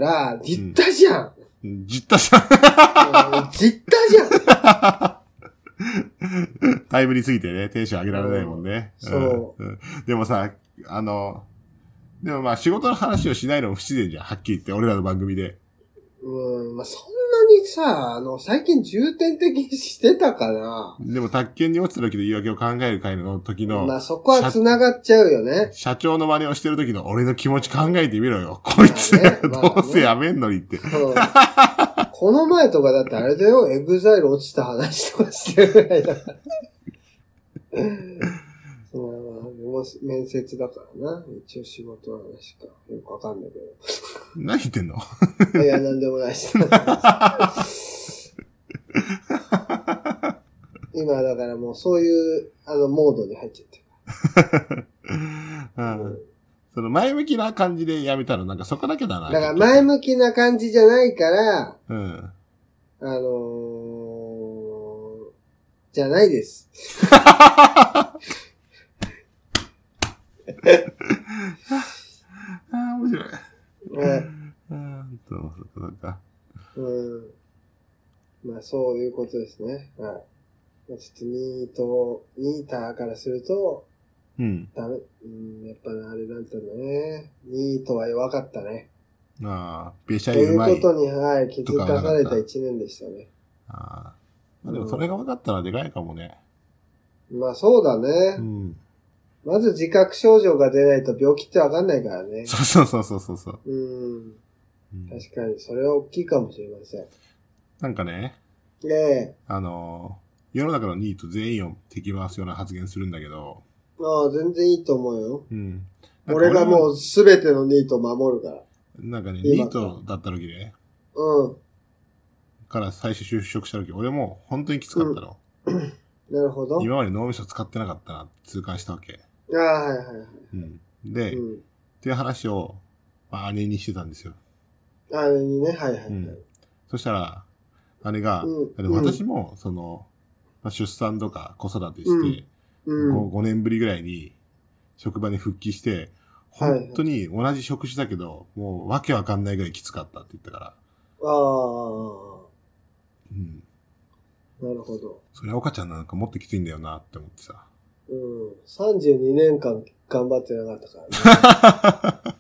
[SPEAKER 1] 言ったじゃん。
[SPEAKER 2] うん、言ったじゃん。
[SPEAKER 1] 言ったじゃん。
[SPEAKER 2] タイムリーすぎてね、テンション上げられないもんね。
[SPEAKER 1] うん、そう、
[SPEAKER 2] うん。でもさ、あの、でもまあ仕事の話をしないのも不自然じゃん、はっきり言って、俺らの番組で。
[SPEAKER 1] うん、まあそんなにさ、あの、最近重点的にしてたかな。
[SPEAKER 2] でも卓球に落ちた時の言い訳を考える会の時の。
[SPEAKER 1] まあそこは繋がっちゃうよね。
[SPEAKER 2] 社長の真似をしてる時の俺の気持ち考えてみろよ。こいつ、ねまあね、どうせやめんのにって。
[SPEAKER 1] この前とかだってあれだよ、エグザイル落ちた話とかしてるぐらいだから。そう面接だからな。一応仕事の話か。よくわかんないけど。
[SPEAKER 2] 何言ってんの？
[SPEAKER 1] いや、なんでもないし。今だからもうそういう、あの、モードに入っちゃってる。
[SPEAKER 2] うん、その前向きな感じでやめたの、なんかそこだけだな。
[SPEAKER 1] だから前向きな感じじゃないから、うん、あのー、じゃないです。
[SPEAKER 2] ああ、面白い。
[SPEAKER 1] ね、
[SPEAKER 2] ああ、そうそうか。
[SPEAKER 1] うん。まあ、そういうことですね。はい。まあ、ちょっとニート、ニーターからすると、うん。ダメ。うん、やっぱあれだったんだね。ニートは弱かったね。
[SPEAKER 2] ああ、ペシャイうまい。
[SPEAKER 1] ということに、はい、気づかされた一年でしたね。
[SPEAKER 2] ああ。でもそれが分かったらでかいかもね。
[SPEAKER 1] うん、まあ、そうだね。うん。まず自覚症状が出ないと病気ってわかんないからね。
[SPEAKER 2] そうそうそうそうそう。うん。
[SPEAKER 1] 確かに、それは大きいかもしれません。
[SPEAKER 2] なんかね。
[SPEAKER 1] ねえ。
[SPEAKER 2] あの、世の中のニート全員を敵回すような発言するんだけど。
[SPEAKER 1] ああ、全然いいと思うよ。うん。俺がもうすべてのニートを守るから。
[SPEAKER 2] なんかね、ニートだった時ね。うん。から最初就職した時、俺も本当にきつかったの。
[SPEAKER 1] うん、なるほど。
[SPEAKER 2] 今まで脳みそ使ってなかったなって痛感したわけ。
[SPEAKER 1] ああ、はいはいはい。
[SPEAKER 2] うん。で、うん、っていう話を、まあ、姉にしてたんですよ。
[SPEAKER 1] 姉にね、はいはいはい。うん、
[SPEAKER 2] そしたら、姉が、うん、私も、その、まあ、出産とか子育てして、うん、ごねんぶりぐらいに職場に復帰して、本当に同じ職種だけど、もうわけわかんないぐらいきつかったって言ったから。ああ。
[SPEAKER 1] うん。なるほど。
[SPEAKER 2] それは岡ちゃんなんかもっときついんだよなって思ってさ。
[SPEAKER 1] うん。さんじゅうにねんかん頑張ってなかったから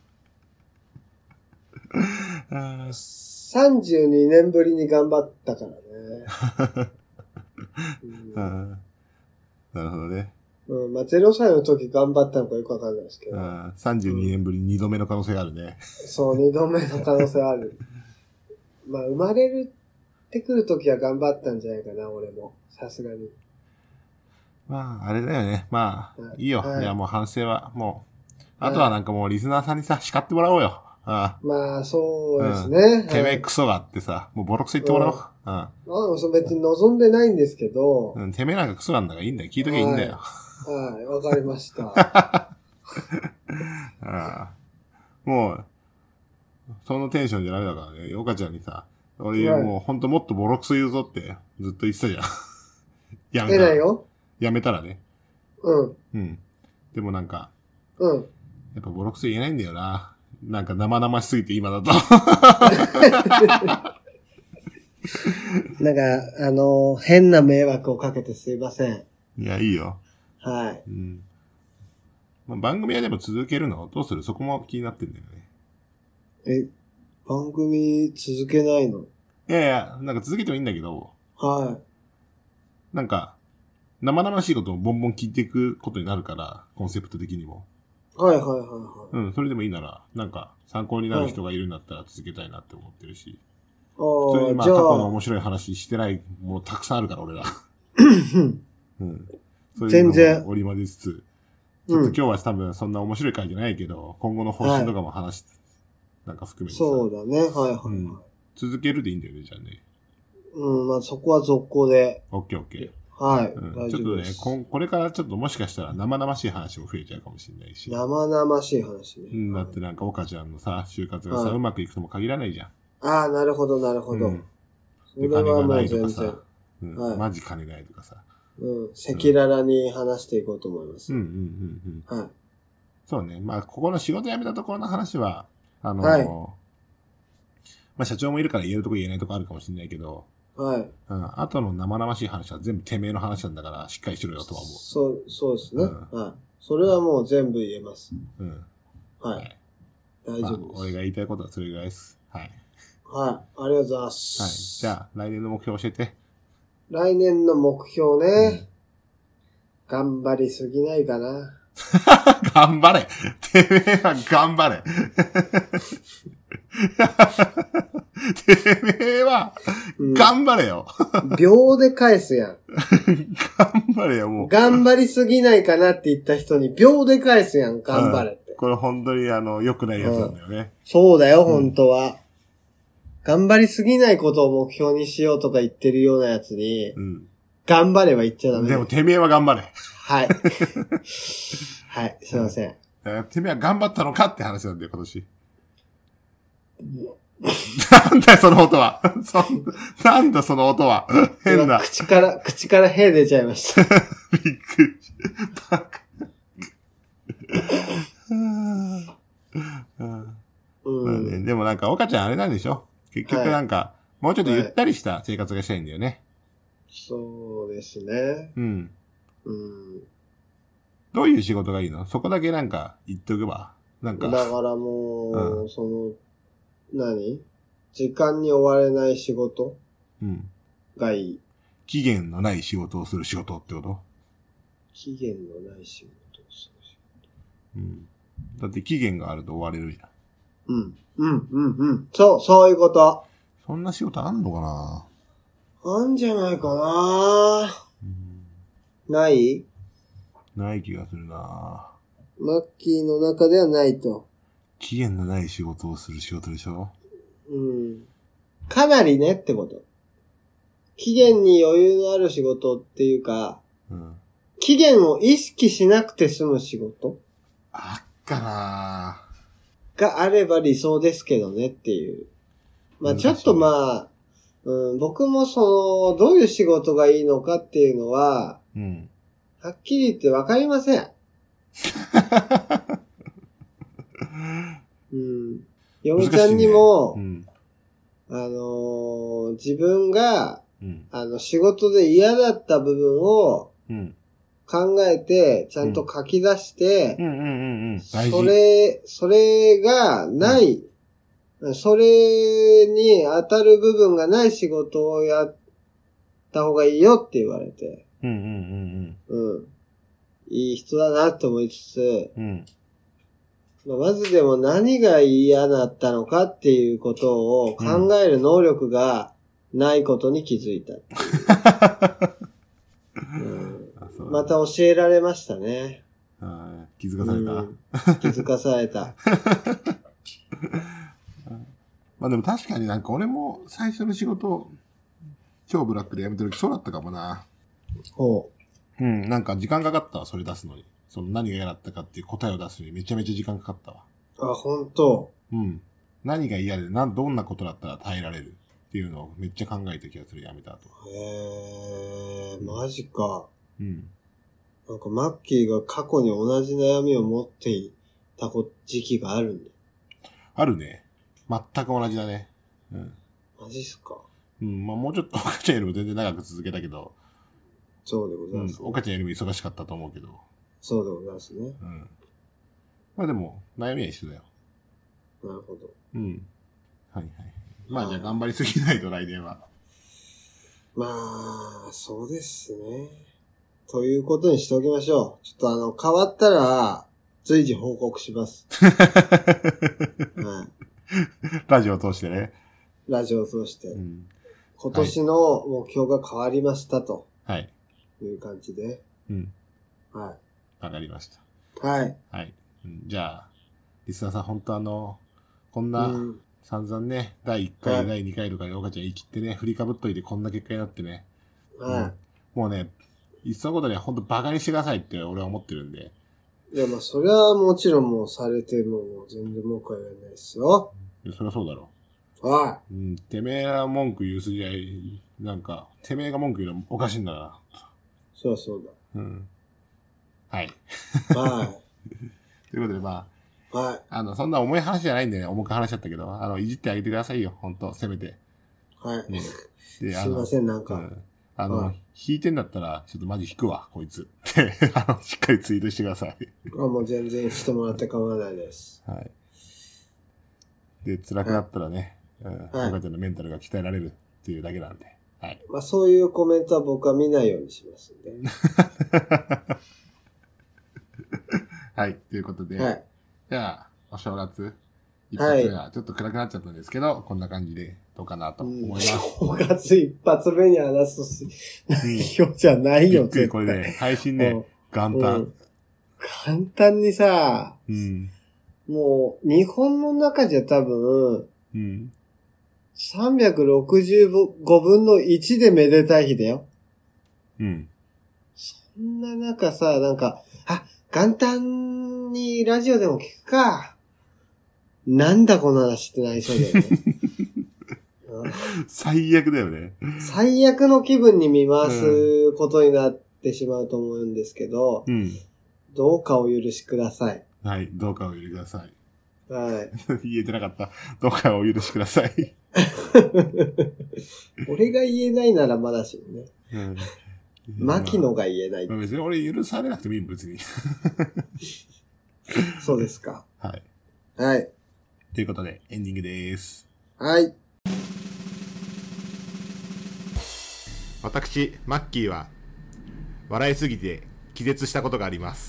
[SPEAKER 1] ね。さんじゅうにねんぶりに頑張ったからね。
[SPEAKER 2] うん、なるほどね。
[SPEAKER 1] うん。まあ、ゼロさいの時頑張ったのかよくわかんないですけど。
[SPEAKER 2] さんじゅうにねんぶりにどめの可能性があるね。
[SPEAKER 1] そう、にどめの可能性ある。まあ、生まれるってくる時は頑張ったんじゃないかな、俺も。さすがに。
[SPEAKER 2] まあ、あれだよね。まあ、はい、いいよ。はい、いや、もう反省は、もう、 あとはなんかもうリスナーさんにさ、叱ってもらおうよ。ああ
[SPEAKER 1] まあ、そうですね。
[SPEAKER 2] うん、てめえクソがあってさ、もうボロクソ言ってもらおう。うん。
[SPEAKER 1] ああ、別に望んでないんですけど。
[SPEAKER 2] うん、てめえなんかクソなんだからいいんだよ。聞いときゃいいんだよ。
[SPEAKER 1] はい、わ、はい、かりました。
[SPEAKER 2] ああもう、そのテンションじゃダメだからね。岡ちゃんにさ、俺もうほんともっとボロクソ言うぞってずっと言ってたじゃん。やめたら。
[SPEAKER 1] 偉いよ。
[SPEAKER 2] やめたらね。
[SPEAKER 1] うん。
[SPEAKER 2] うん。でもなんか、
[SPEAKER 1] うん。
[SPEAKER 2] やっぱボロクソ言えないんだよな。なんか生々しすぎて今だと。
[SPEAKER 1] なんか、あのー、変な迷惑をかけてすいません。
[SPEAKER 2] いや、いいよ。
[SPEAKER 1] はい。
[SPEAKER 2] うん。まあ、番組はでも続けるのどうするそこも気になってんだよね。
[SPEAKER 1] え、番組続けないの？
[SPEAKER 2] いやいや、なんか続けてもいいんだけど。
[SPEAKER 1] はい。
[SPEAKER 2] なんか、生々しいことをボンボン聞いていくことになるから、コンセプト的にも。
[SPEAKER 1] はいはいはいはい。
[SPEAKER 2] うん、それでもいいなら、なんか、参考になる人がいるんだったら続けたいなって思ってるし。
[SPEAKER 1] ああ、
[SPEAKER 2] 普通にまあ、過去の面白い話してないものたくさんあるから、俺ら。うん。そういうのを織り交ぜつつ、ちょっと今日は多分そんな面白い回じゃないけど、今後の方針とかも話して、はい、なんか含めてさ。
[SPEAKER 1] そうだね、はいはい、はいうん。
[SPEAKER 2] 続けるでいいんだよね、じゃあね。
[SPEAKER 1] うん、まあそこは続行で。
[SPEAKER 2] オッケーオッケー。
[SPEAKER 1] はい、
[SPEAKER 2] うん、大丈夫です。ちょっとねこ、これからちょっともしかしたら生々しい話も増えちゃうかもしれないし。
[SPEAKER 1] 生々しい話ね。
[SPEAKER 2] うん、だってなんか岡ちゃんのさ、就活がさ、はい、うまくいくとも限らないじゃん。
[SPEAKER 1] ああ、なるほどなるほど。うん、
[SPEAKER 2] それはもう全然。うん、はい、マジ金ないとかさ。
[SPEAKER 1] うん、赤裸々に話していこうと思います。
[SPEAKER 2] うん、うん、うん、うん。
[SPEAKER 1] はい。
[SPEAKER 2] そうね。まあ、ここの仕事辞めたところの話は、あのー、
[SPEAKER 1] はい、
[SPEAKER 2] まあ、社長もいるから言えるとこ言えないとこあるかもしれないけど、
[SPEAKER 1] はい。
[SPEAKER 2] うん。後の生々しい話は全部てめえの話なんだから、しっかりしろよとは思う。
[SPEAKER 1] そう、そうですね。うん、はい。それはもう全部言えます。
[SPEAKER 2] うん。
[SPEAKER 1] はい。はい、大丈夫です、
[SPEAKER 2] まあ。俺が言いたいことはそれぐらいです。はい。
[SPEAKER 1] はい。ありがとうございます。
[SPEAKER 2] はい。じゃあ、来年の目標教えて。
[SPEAKER 1] 来年の目標ね。うん、頑張りすぎないかな。
[SPEAKER 2] 頑張れてめえは頑張れてめえは、頑張れよ、
[SPEAKER 1] うん、秒で返すやん。
[SPEAKER 2] 頑張れよ、もう。
[SPEAKER 1] 頑張りすぎないかなって言った人に秒で返すやん、頑張れって。
[SPEAKER 2] うん、これ本当にあの、良くないやつなんだよね。うん、
[SPEAKER 1] そうだよ、本当は、うん。頑張りすぎないことを目標にしようとか言ってるようなやつに、うん、頑張れは言っちゃダメ。
[SPEAKER 2] でもてめえは頑張れ。
[SPEAKER 1] はい。はい、すいません。
[SPEAKER 2] てめえは頑張ったのかって話なんだよ、今年。なんだよ、その音は。そなんだ、その音は。変な。
[SPEAKER 1] 口から、口からへ出ちゃいました。
[SPEAKER 2] びっくりした。バカ。うんね、でもなんか、岡ちゃんあれなんでしょ結局なんか、はい、もうちょっとゆったりした生活がしたいんだよね。はい、
[SPEAKER 1] そうですね。
[SPEAKER 2] うん。
[SPEAKER 1] うん。
[SPEAKER 2] どういう仕事がいいの？そこだけなんか言っとけば。なんか。
[SPEAKER 1] だからもう、うん、その、何？時間に追われない仕事がいい、うん。
[SPEAKER 2] 期限のない仕事をする仕事ってこと？
[SPEAKER 1] 期限のない仕事をする仕事。
[SPEAKER 2] うん。だって期限があると終われるじゃん。
[SPEAKER 1] うん。うん、うん、うん。そう、そういうこと。
[SPEAKER 2] そんな仕事あんのかな？
[SPEAKER 1] あんじゃないかな、うん、ない？
[SPEAKER 2] ない気がするな。
[SPEAKER 1] マッキーの中ではないと。
[SPEAKER 2] 期限のない仕事をする仕事でしょ？
[SPEAKER 1] うん。かなりねってこと。期限に余裕のある仕事っていうか、うん、期限を意識しなくて済む仕事
[SPEAKER 2] あっかな
[SPEAKER 1] があれば理想ですけどねっていう。まあちょっとまあ、うん、僕もその、どういう仕事がいいのかっていうのは、うん、はっきり言ってわかりません。うん。嫁ちゃんにも、ねうん、あのー、自分が、うん、あの、仕事で嫌だった部分を、考えて、ちゃんと書き出して、それ、それがない、うん、それに当たる部分がない仕事をやった方がいいよって言われて、うん。いい人だなって思いつつ、うんまあ、まずでも何が嫌だったのかっていうことを考える能力がないことに気づいた、うんうん。また教えられましたね。
[SPEAKER 2] あ気づかされた、うん、
[SPEAKER 1] 気づかされた。
[SPEAKER 2] まあでも確かになんか俺も最初の仕事、超ブラックで辞めてる時そうだったかもな。
[SPEAKER 1] ほ
[SPEAKER 2] う。うん、なんか時間かかったわ、それ出すのに。その何が嫌だったかっていう答えを出すのにめちゃめちゃ時間かかったわ。
[SPEAKER 1] あ、ほんと。
[SPEAKER 2] うん。何が嫌で、な、どんなことだったら耐えられるっていうのをめっちゃ考えた気がする、辞めた後。
[SPEAKER 1] へー、マジか。
[SPEAKER 2] うん。
[SPEAKER 1] なんかマッキーが過去に同じ悩みを持っていた時期があるんだ。
[SPEAKER 2] あるね。全く同じだね。うん。
[SPEAKER 1] マジっすか。
[SPEAKER 2] うん、まあもうちょっと岡ちゃんよりも全然長く続けたけど。
[SPEAKER 1] そうでございます、ね。
[SPEAKER 2] うん。岡ちゃんよりも忙しかったと思うけど。
[SPEAKER 1] そうでございますね。
[SPEAKER 2] うん。まあでも、悩みは一緒だよ。
[SPEAKER 1] なるほど。
[SPEAKER 2] うん。はいはい。まあじゃあ頑張りすぎないと来年は。
[SPEAKER 1] まあ、そうですね。ということにしておきましょう。ちょっとあの、変わったら、随時報告します。はい。
[SPEAKER 2] ラジオを通してね。
[SPEAKER 1] ラジオを通して。うん、今年の目標が変わりましたと。
[SPEAKER 2] はい。
[SPEAKER 1] いう感じで。
[SPEAKER 2] うん。
[SPEAKER 1] はい。
[SPEAKER 2] わかりました。
[SPEAKER 1] はい。
[SPEAKER 2] はい。じゃあ、リスナーさん本当あの、こんな、うん散々ね、だいいっかい、はい、だいにかいとかで岡ちゃん言い切ってね、振りかぶっといてこんな結果になってね。
[SPEAKER 1] はい。
[SPEAKER 2] うん、もうね、いっそのことにはほんとバカにしてくださいって俺は思ってるんで。
[SPEAKER 1] いや、まあ、それはもちろんもうされても全然文句は言わないですよ。
[SPEAKER 2] いや、そりゃそうだろ
[SPEAKER 1] う。はい。
[SPEAKER 2] うん、てめえが文句言う筋合い、なんか、てめえが文句言うのおかしいんだな。
[SPEAKER 1] そうそう
[SPEAKER 2] だ。うん。はい。
[SPEAKER 1] はい。
[SPEAKER 2] ということでまあ、
[SPEAKER 1] はい。
[SPEAKER 2] あの、そんな重い話じゃないんでね、重く話しちゃったけど、あの、いじってあげてくださいよ、ほんと、せめて。
[SPEAKER 1] はい。
[SPEAKER 2] ね、
[SPEAKER 1] ですいません、なんか。うん、
[SPEAKER 2] あの、はい、引いてんだったら、ちょっとマジ引くわ、こいつ。って、あの、しっかりツイートしてください。
[SPEAKER 1] あ、もう全然してもらって構わないです。
[SPEAKER 2] はい。で、辛くなったらね、はい、うん、はい、赤ちゃんのメンタルが鍛えられるっていうだけなんで。はい。
[SPEAKER 1] まあ、そういうコメントは僕は見ないようにしますんで。
[SPEAKER 2] はい、ということで。
[SPEAKER 1] はい。
[SPEAKER 2] じゃあ、お正月、一発目はちょっと暗くなっちゃったんですけど、はい、こんな感じでどうかなと思います。
[SPEAKER 1] うん、正月一発目に話す内容じゃないよ、
[SPEAKER 2] 絶対。これね、配信ね、元旦、うん。
[SPEAKER 1] 簡単にさ、
[SPEAKER 2] うん、
[SPEAKER 1] もう、日本の中じゃ多分、
[SPEAKER 2] うん、
[SPEAKER 1] さんびゃくろくじゅうごぶんのいちでめでたい日だよ。
[SPEAKER 2] うん。
[SPEAKER 1] そんな中さ、なんか、あ、元旦にラジオでも聞くか。なんだこの話ってなりそうだよね。
[SPEAKER 2] 最悪だよね。
[SPEAKER 1] 最悪の気分に見回すことになってしまうと思うんですけど、
[SPEAKER 2] うん、
[SPEAKER 1] どうかお許しください。
[SPEAKER 2] はい、どうかお許しください。
[SPEAKER 1] はい。
[SPEAKER 2] 言えてなかった。どうかお許しください。
[SPEAKER 1] 俺が言えないならまだしもね。
[SPEAKER 2] うん
[SPEAKER 1] 牧野が言えない、
[SPEAKER 2] まあ。別に俺許されなくてもいい、別に。
[SPEAKER 1] そうですか。
[SPEAKER 2] はい。
[SPEAKER 1] はい。
[SPEAKER 2] ということで、エンディングです。
[SPEAKER 1] はい。
[SPEAKER 2] 私、マッキーは、笑いすぎて気絶したことがあります。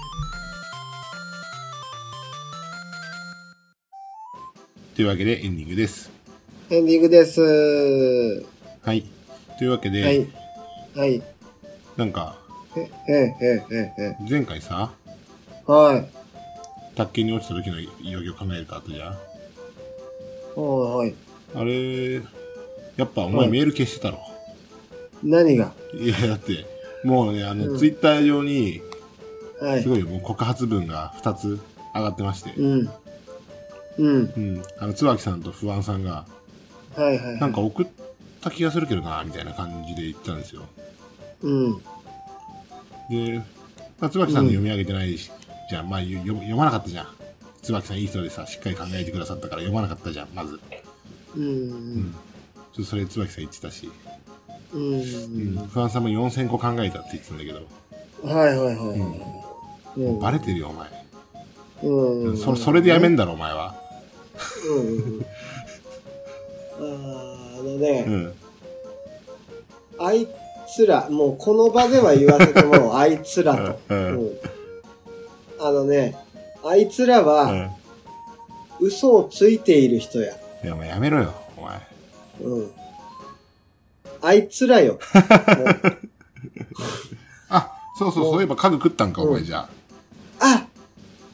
[SPEAKER 2] というわけで、エンディングです。
[SPEAKER 1] エンディングです。
[SPEAKER 2] はい。というわけで、
[SPEAKER 1] はい。はい。
[SPEAKER 2] なんか、
[SPEAKER 1] え、え、え、え、え、
[SPEAKER 2] 前回さ、
[SPEAKER 1] はい。
[SPEAKER 2] 卓球に落ちた時の言い訳を考えるとあったじゃん。
[SPEAKER 1] はい。
[SPEAKER 2] あれ、やっぱお前メール消してたろ。
[SPEAKER 1] 何が？
[SPEAKER 2] いや、だって、もうね、あの、うん、ツイッター上に、
[SPEAKER 1] はい。
[SPEAKER 2] すごいもう告発文がふたつ上がってまして。
[SPEAKER 1] うん。うん。
[SPEAKER 2] うん。あの、椿さんと不安さんが、
[SPEAKER 1] はいはい、はい。
[SPEAKER 2] なんか送った気がするけどな、みたいな感じで言ったんですよ。
[SPEAKER 1] うん。
[SPEAKER 2] で、まあ、椿さんの読み上げてないし、うん、じゃあ、まあ読、読まなかったじゃん。椿さんいい人でさ、しっかり考えてくださったから読まなかったじゃん、まず。
[SPEAKER 1] うん。うん。
[SPEAKER 2] ちょっとそれ椿さん言ってたし。
[SPEAKER 1] うん。うん。
[SPEAKER 2] 不安さんもよんせんこ考えたって言ってたんだけど。
[SPEAKER 1] はいはいはい。
[SPEAKER 2] うん。バレてるよ、お前。
[SPEAKER 1] うん。うん、
[SPEAKER 2] そ, それでやめんだろ、お前は。
[SPEAKER 1] うん。あ, あのね、うん、あいつら、もうこの場では言わせてもあいつらと、うんうん。あのね、あいつらは、うん、嘘をついている人や。
[SPEAKER 2] いや、もうやめろよ、お前。
[SPEAKER 1] うん。あいつらよ。
[SPEAKER 2] あ、そうそう、そういえば家具食ったんか、お前じゃあ。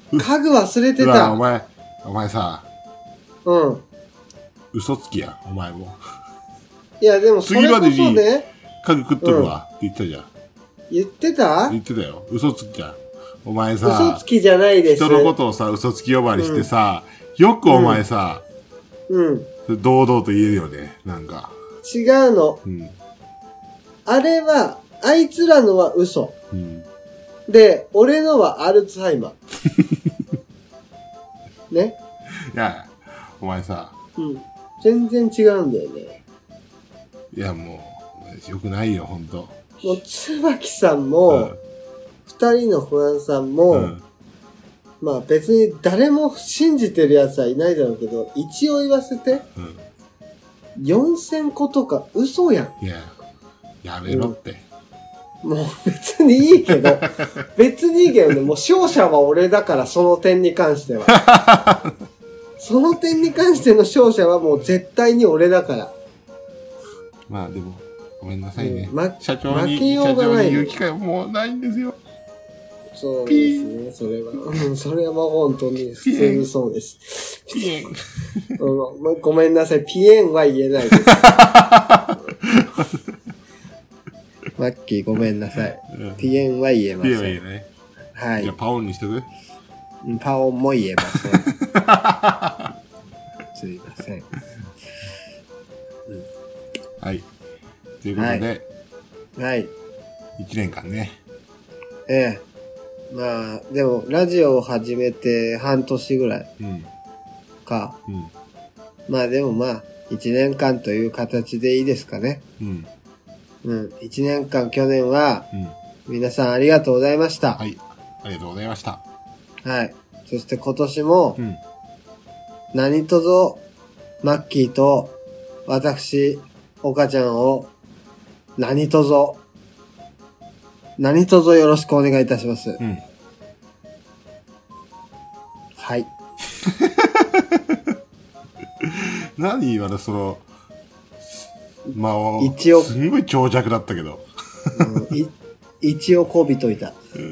[SPEAKER 1] 家具忘れて
[SPEAKER 2] うわ
[SPEAKER 1] た。
[SPEAKER 2] お前、お前さ、
[SPEAKER 1] うん。
[SPEAKER 2] 嘘つきや、お前も。
[SPEAKER 1] いや、でもそれこそね。
[SPEAKER 2] 家具食っとるわ、って言ったじゃん。
[SPEAKER 1] 言ってた？
[SPEAKER 2] 言ってたよ。嘘つきや。お前さ、
[SPEAKER 1] 嘘つきじゃないです。
[SPEAKER 2] 人のことをさ、嘘つき呼ばわりしてさ、うん、よくお前さ、
[SPEAKER 1] うん。
[SPEAKER 2] 堂々と言えるよね、なんか。
[SPEAKER 1] 違うの。うん。あれは、あいつらのは嘘。うん。で、俺のはアルツハイマー。ね。
[SPEAKER 2] いや、お前さ。
[SPEAKER 1] うん。全然違うんだよね。
[SPEAKER 2] いや、もう、よくないよ、ほんと。
[SPEAKER 1] もう、椿さんも、二、うん、人の不安さんも、うん、まあ別に誰も信じてる奴はいないだろうけど、一応言わせて、うん、よんせんことか嘘やん。
[SPEAKER 2] いや、やめろって。
[SPEAKER 1] うん、もう別にいいけど、別にいいけどね、もう勝者は俺だから、その点に関しては。その点に関しての勝者はもう絶対に俺だから。
[SPEAKER 2] まあでも、ごめんなさいね。
[SPEAKER 1] うんま、
[SPEAKER 2] 社長に、社長に言う機会もうないんですよ。
[SPEAKER 1] そうですね、それは。うん、それはもう本当に普通にそうです。
[SPEAKER 2] ピエン。
[SPEAKER 1] うん、ごめんなさい、ピエンは言えないです。マッキーごめんなさい。うん、ピエンは言えません。
[SPEAKER 2] ピエンは言えない。
[SPEAKER 1] はい。
[SPEAKER 2] じゃあパオンにしとく？
[SPEAKER 1] パオンも言えません。すいません。うん、
[SPEAKER 2] はい。ということで、
[SPEAKER 1] はい。
[SPEAKER 2] いちねんかんね。
[SPEAKER 1] ええ。まあ、でも、ラジオを始めて半年ぐらいか。うんうん、まあでもまあ、いちねんかんという形でいいですかね。うん。うん。いちねんかん去年は、うん、皆さんありがとうございました。
[SPEAKER 2] はい。ありがとうございました。
[SPEAKER 1] はい。そして今年も、うん、何とぞ、マッキーと、私、岡ちゃんを、何とぞ、何とぞよろしくお願いいたします。うん、はい。
[SPEAKER 2] 何今のその、まあ、一応、すんごい長尺だったけど。
[SPEAKER 1] うん、い一応こびといた。い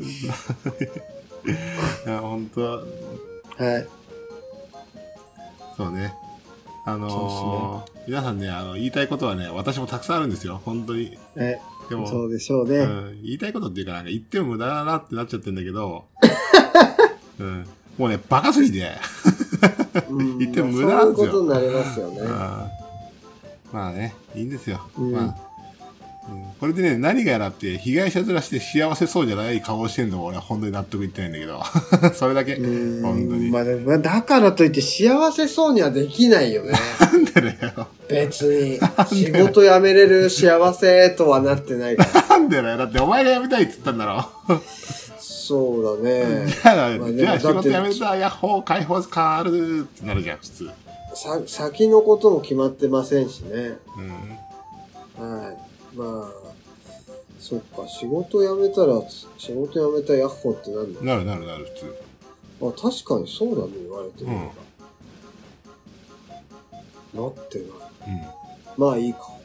[SPEAKER 2] や、本当は。
[SPEAKER 1] はい。
[SPEAKER 2] そうね。あのーね、皆さんね、あの、言いたいことはね、私もたくさんあるんですよ。本当に。
[SPEAKER 1] え、でも、そうでしょうね、うん。
[SPEAKER 2] 言いたいことっていうか、なんか言っても無駄だなってなっちゃってるんだけど、うん、もうね、バカすぎて。言っても無駄なんですよ。
[SPEAKER 1] そういうことになりますよね。
[SPEAKER 2] あまあね、いいんですよ。うん、まあ、うん、これでね、何がやらって被害者面して幸せそうじゃない顔をしてんのも俺は本当に納得いってないんだけど。それだけ。本当に。
[SPEAKER 1] まあ、だからといって幸せそうにはできないよね。
[SPEAKER 2] なんでだよ。
[SPEAKER 1] 別に。仕事辞めれる幸せとはなってないから。
[SPEAKER 2] なんでだよ。だってお前が辞めたいって言ったんだろ。
[SPEAKER 1] そうだね。
[SPEAKER 2] じゃあ、まあ、じゃあ仕事辞めたヤッホー解放変わるってなるじゃん、普通。
[SPEAKER 1] さ、先のことも決まってませんしね。うん。はい。まあ、そっか、仕事辞めたら、仕事辞めたヤッホーってなんだ
[SPEAKER 2] なるなるなる、普通。
[SPEAKER 1] あ、確かにそうだね、言われてるのが。なってない。うん。まあいいか。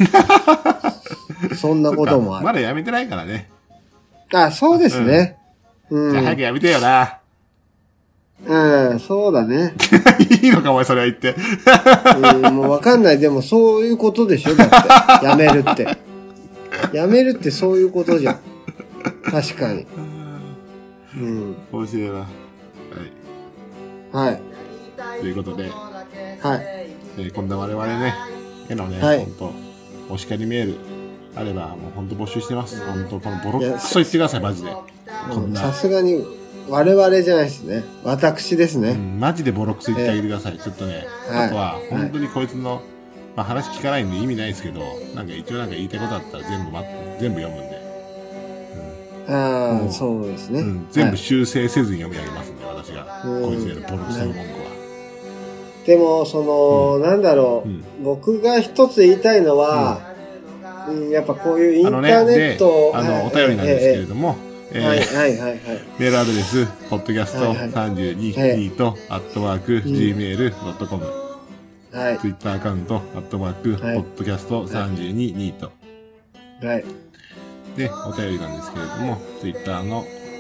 [SPEAKER 1] そんなこともある。
[SPEAKER 2] まだ辞めてないからね。
[SPEAKER 1] あ、そうですね。
[SPEAKER 2] うん。じゃあ早く辞めてよな。
[SPEAKER 1] うん、そうだね。
[SPEAKER 2] いいのか、お前、それは言って。
[SPEAKER 1] うん、もうわかんない。でも、そういうことでしょだって。やめるって。やめるってそういうことじゃん。確かに。
[SPEAKER 2] うん。面白いな。はい。
[SPEAKER 1] はい。
[SPEAKER 2] ということで。はい。えー、こんな我々ね、へのね、はい、ほんと、お叱りメールあれば、もうほんと募集してます。ほんと、このボロックソ言ってください、マジで。
[SPEAKER 1] こんな。さすがに。我々じゃないですね。私ですね。うん、
[SPEAKER 2] マジでボロクソ言ってあげてください。えー、ちょっとね、はい、あとは、本当にこいつの、はい、まあ話聞かないんで意味ないですけど、なんか一応なんか言いたいことあったら全部、ま、全部読むんで。
[SPEAKER 1] うん、ああ、そうですね、うん。
[SPEAKER 2] 全部修正せずに読み上げますんで、はい、私が。こいつへのボロクソの文句は。
[SPEAKER 1] でも、その、うん、なんだろう、うん、僕が一つ言いたいのは、うん、やっぱこういうインターネット、
[SPEAKER 2] あの、ね、あの、お便りなんですけれども、えー
[SPEAKER 1] えー、はいはいはいはい。
[SPEAKER 2] メールアドレス、ポッドキャストさんじゅうに、ニート、アットマーク、ジーメールドットコム。はい。ツイッターアカウント、アットマーク、ポッドキャストさんじゅうに、ニート。はい。で、お便りなんですけれども、ツイッターの、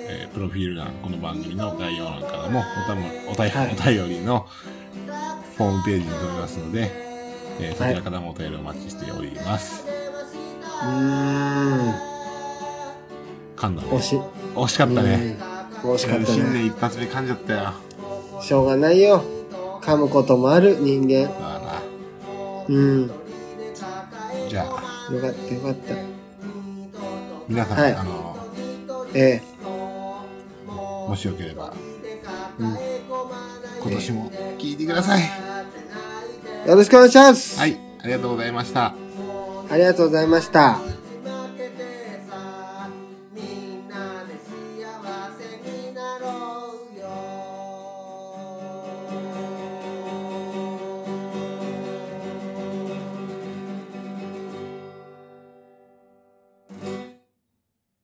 [SPEAKER 2] えー、プロフィール欄、この番組の概要欄からもおたもおた、はい、お便りのホームページに飛びますので、えー、そちらからもお便りお待ちしております。はい、うーん。噛んだね。惜しい。惜しかったね。惜しかったね。新年一発目噛んじゃったよ。
[SPEAKER 1] しょうがないよ。噛むこともある人間。まあな。うん。
[SPEAKER 2] じゃあ。
[SPEAKER 1] よかったよかった。
[SPEAKER 2] 皆さん、はい、あの、
[SPEAKER 1] ええ。
[SPEAKER 2] もしよければ、うん、今年も聞いてください。
[SPEAKER 1] よろしくお願いします。
[SPEAKER 2] はい、ありがとうございました。
[SPEAKER 1] ありがとうございました。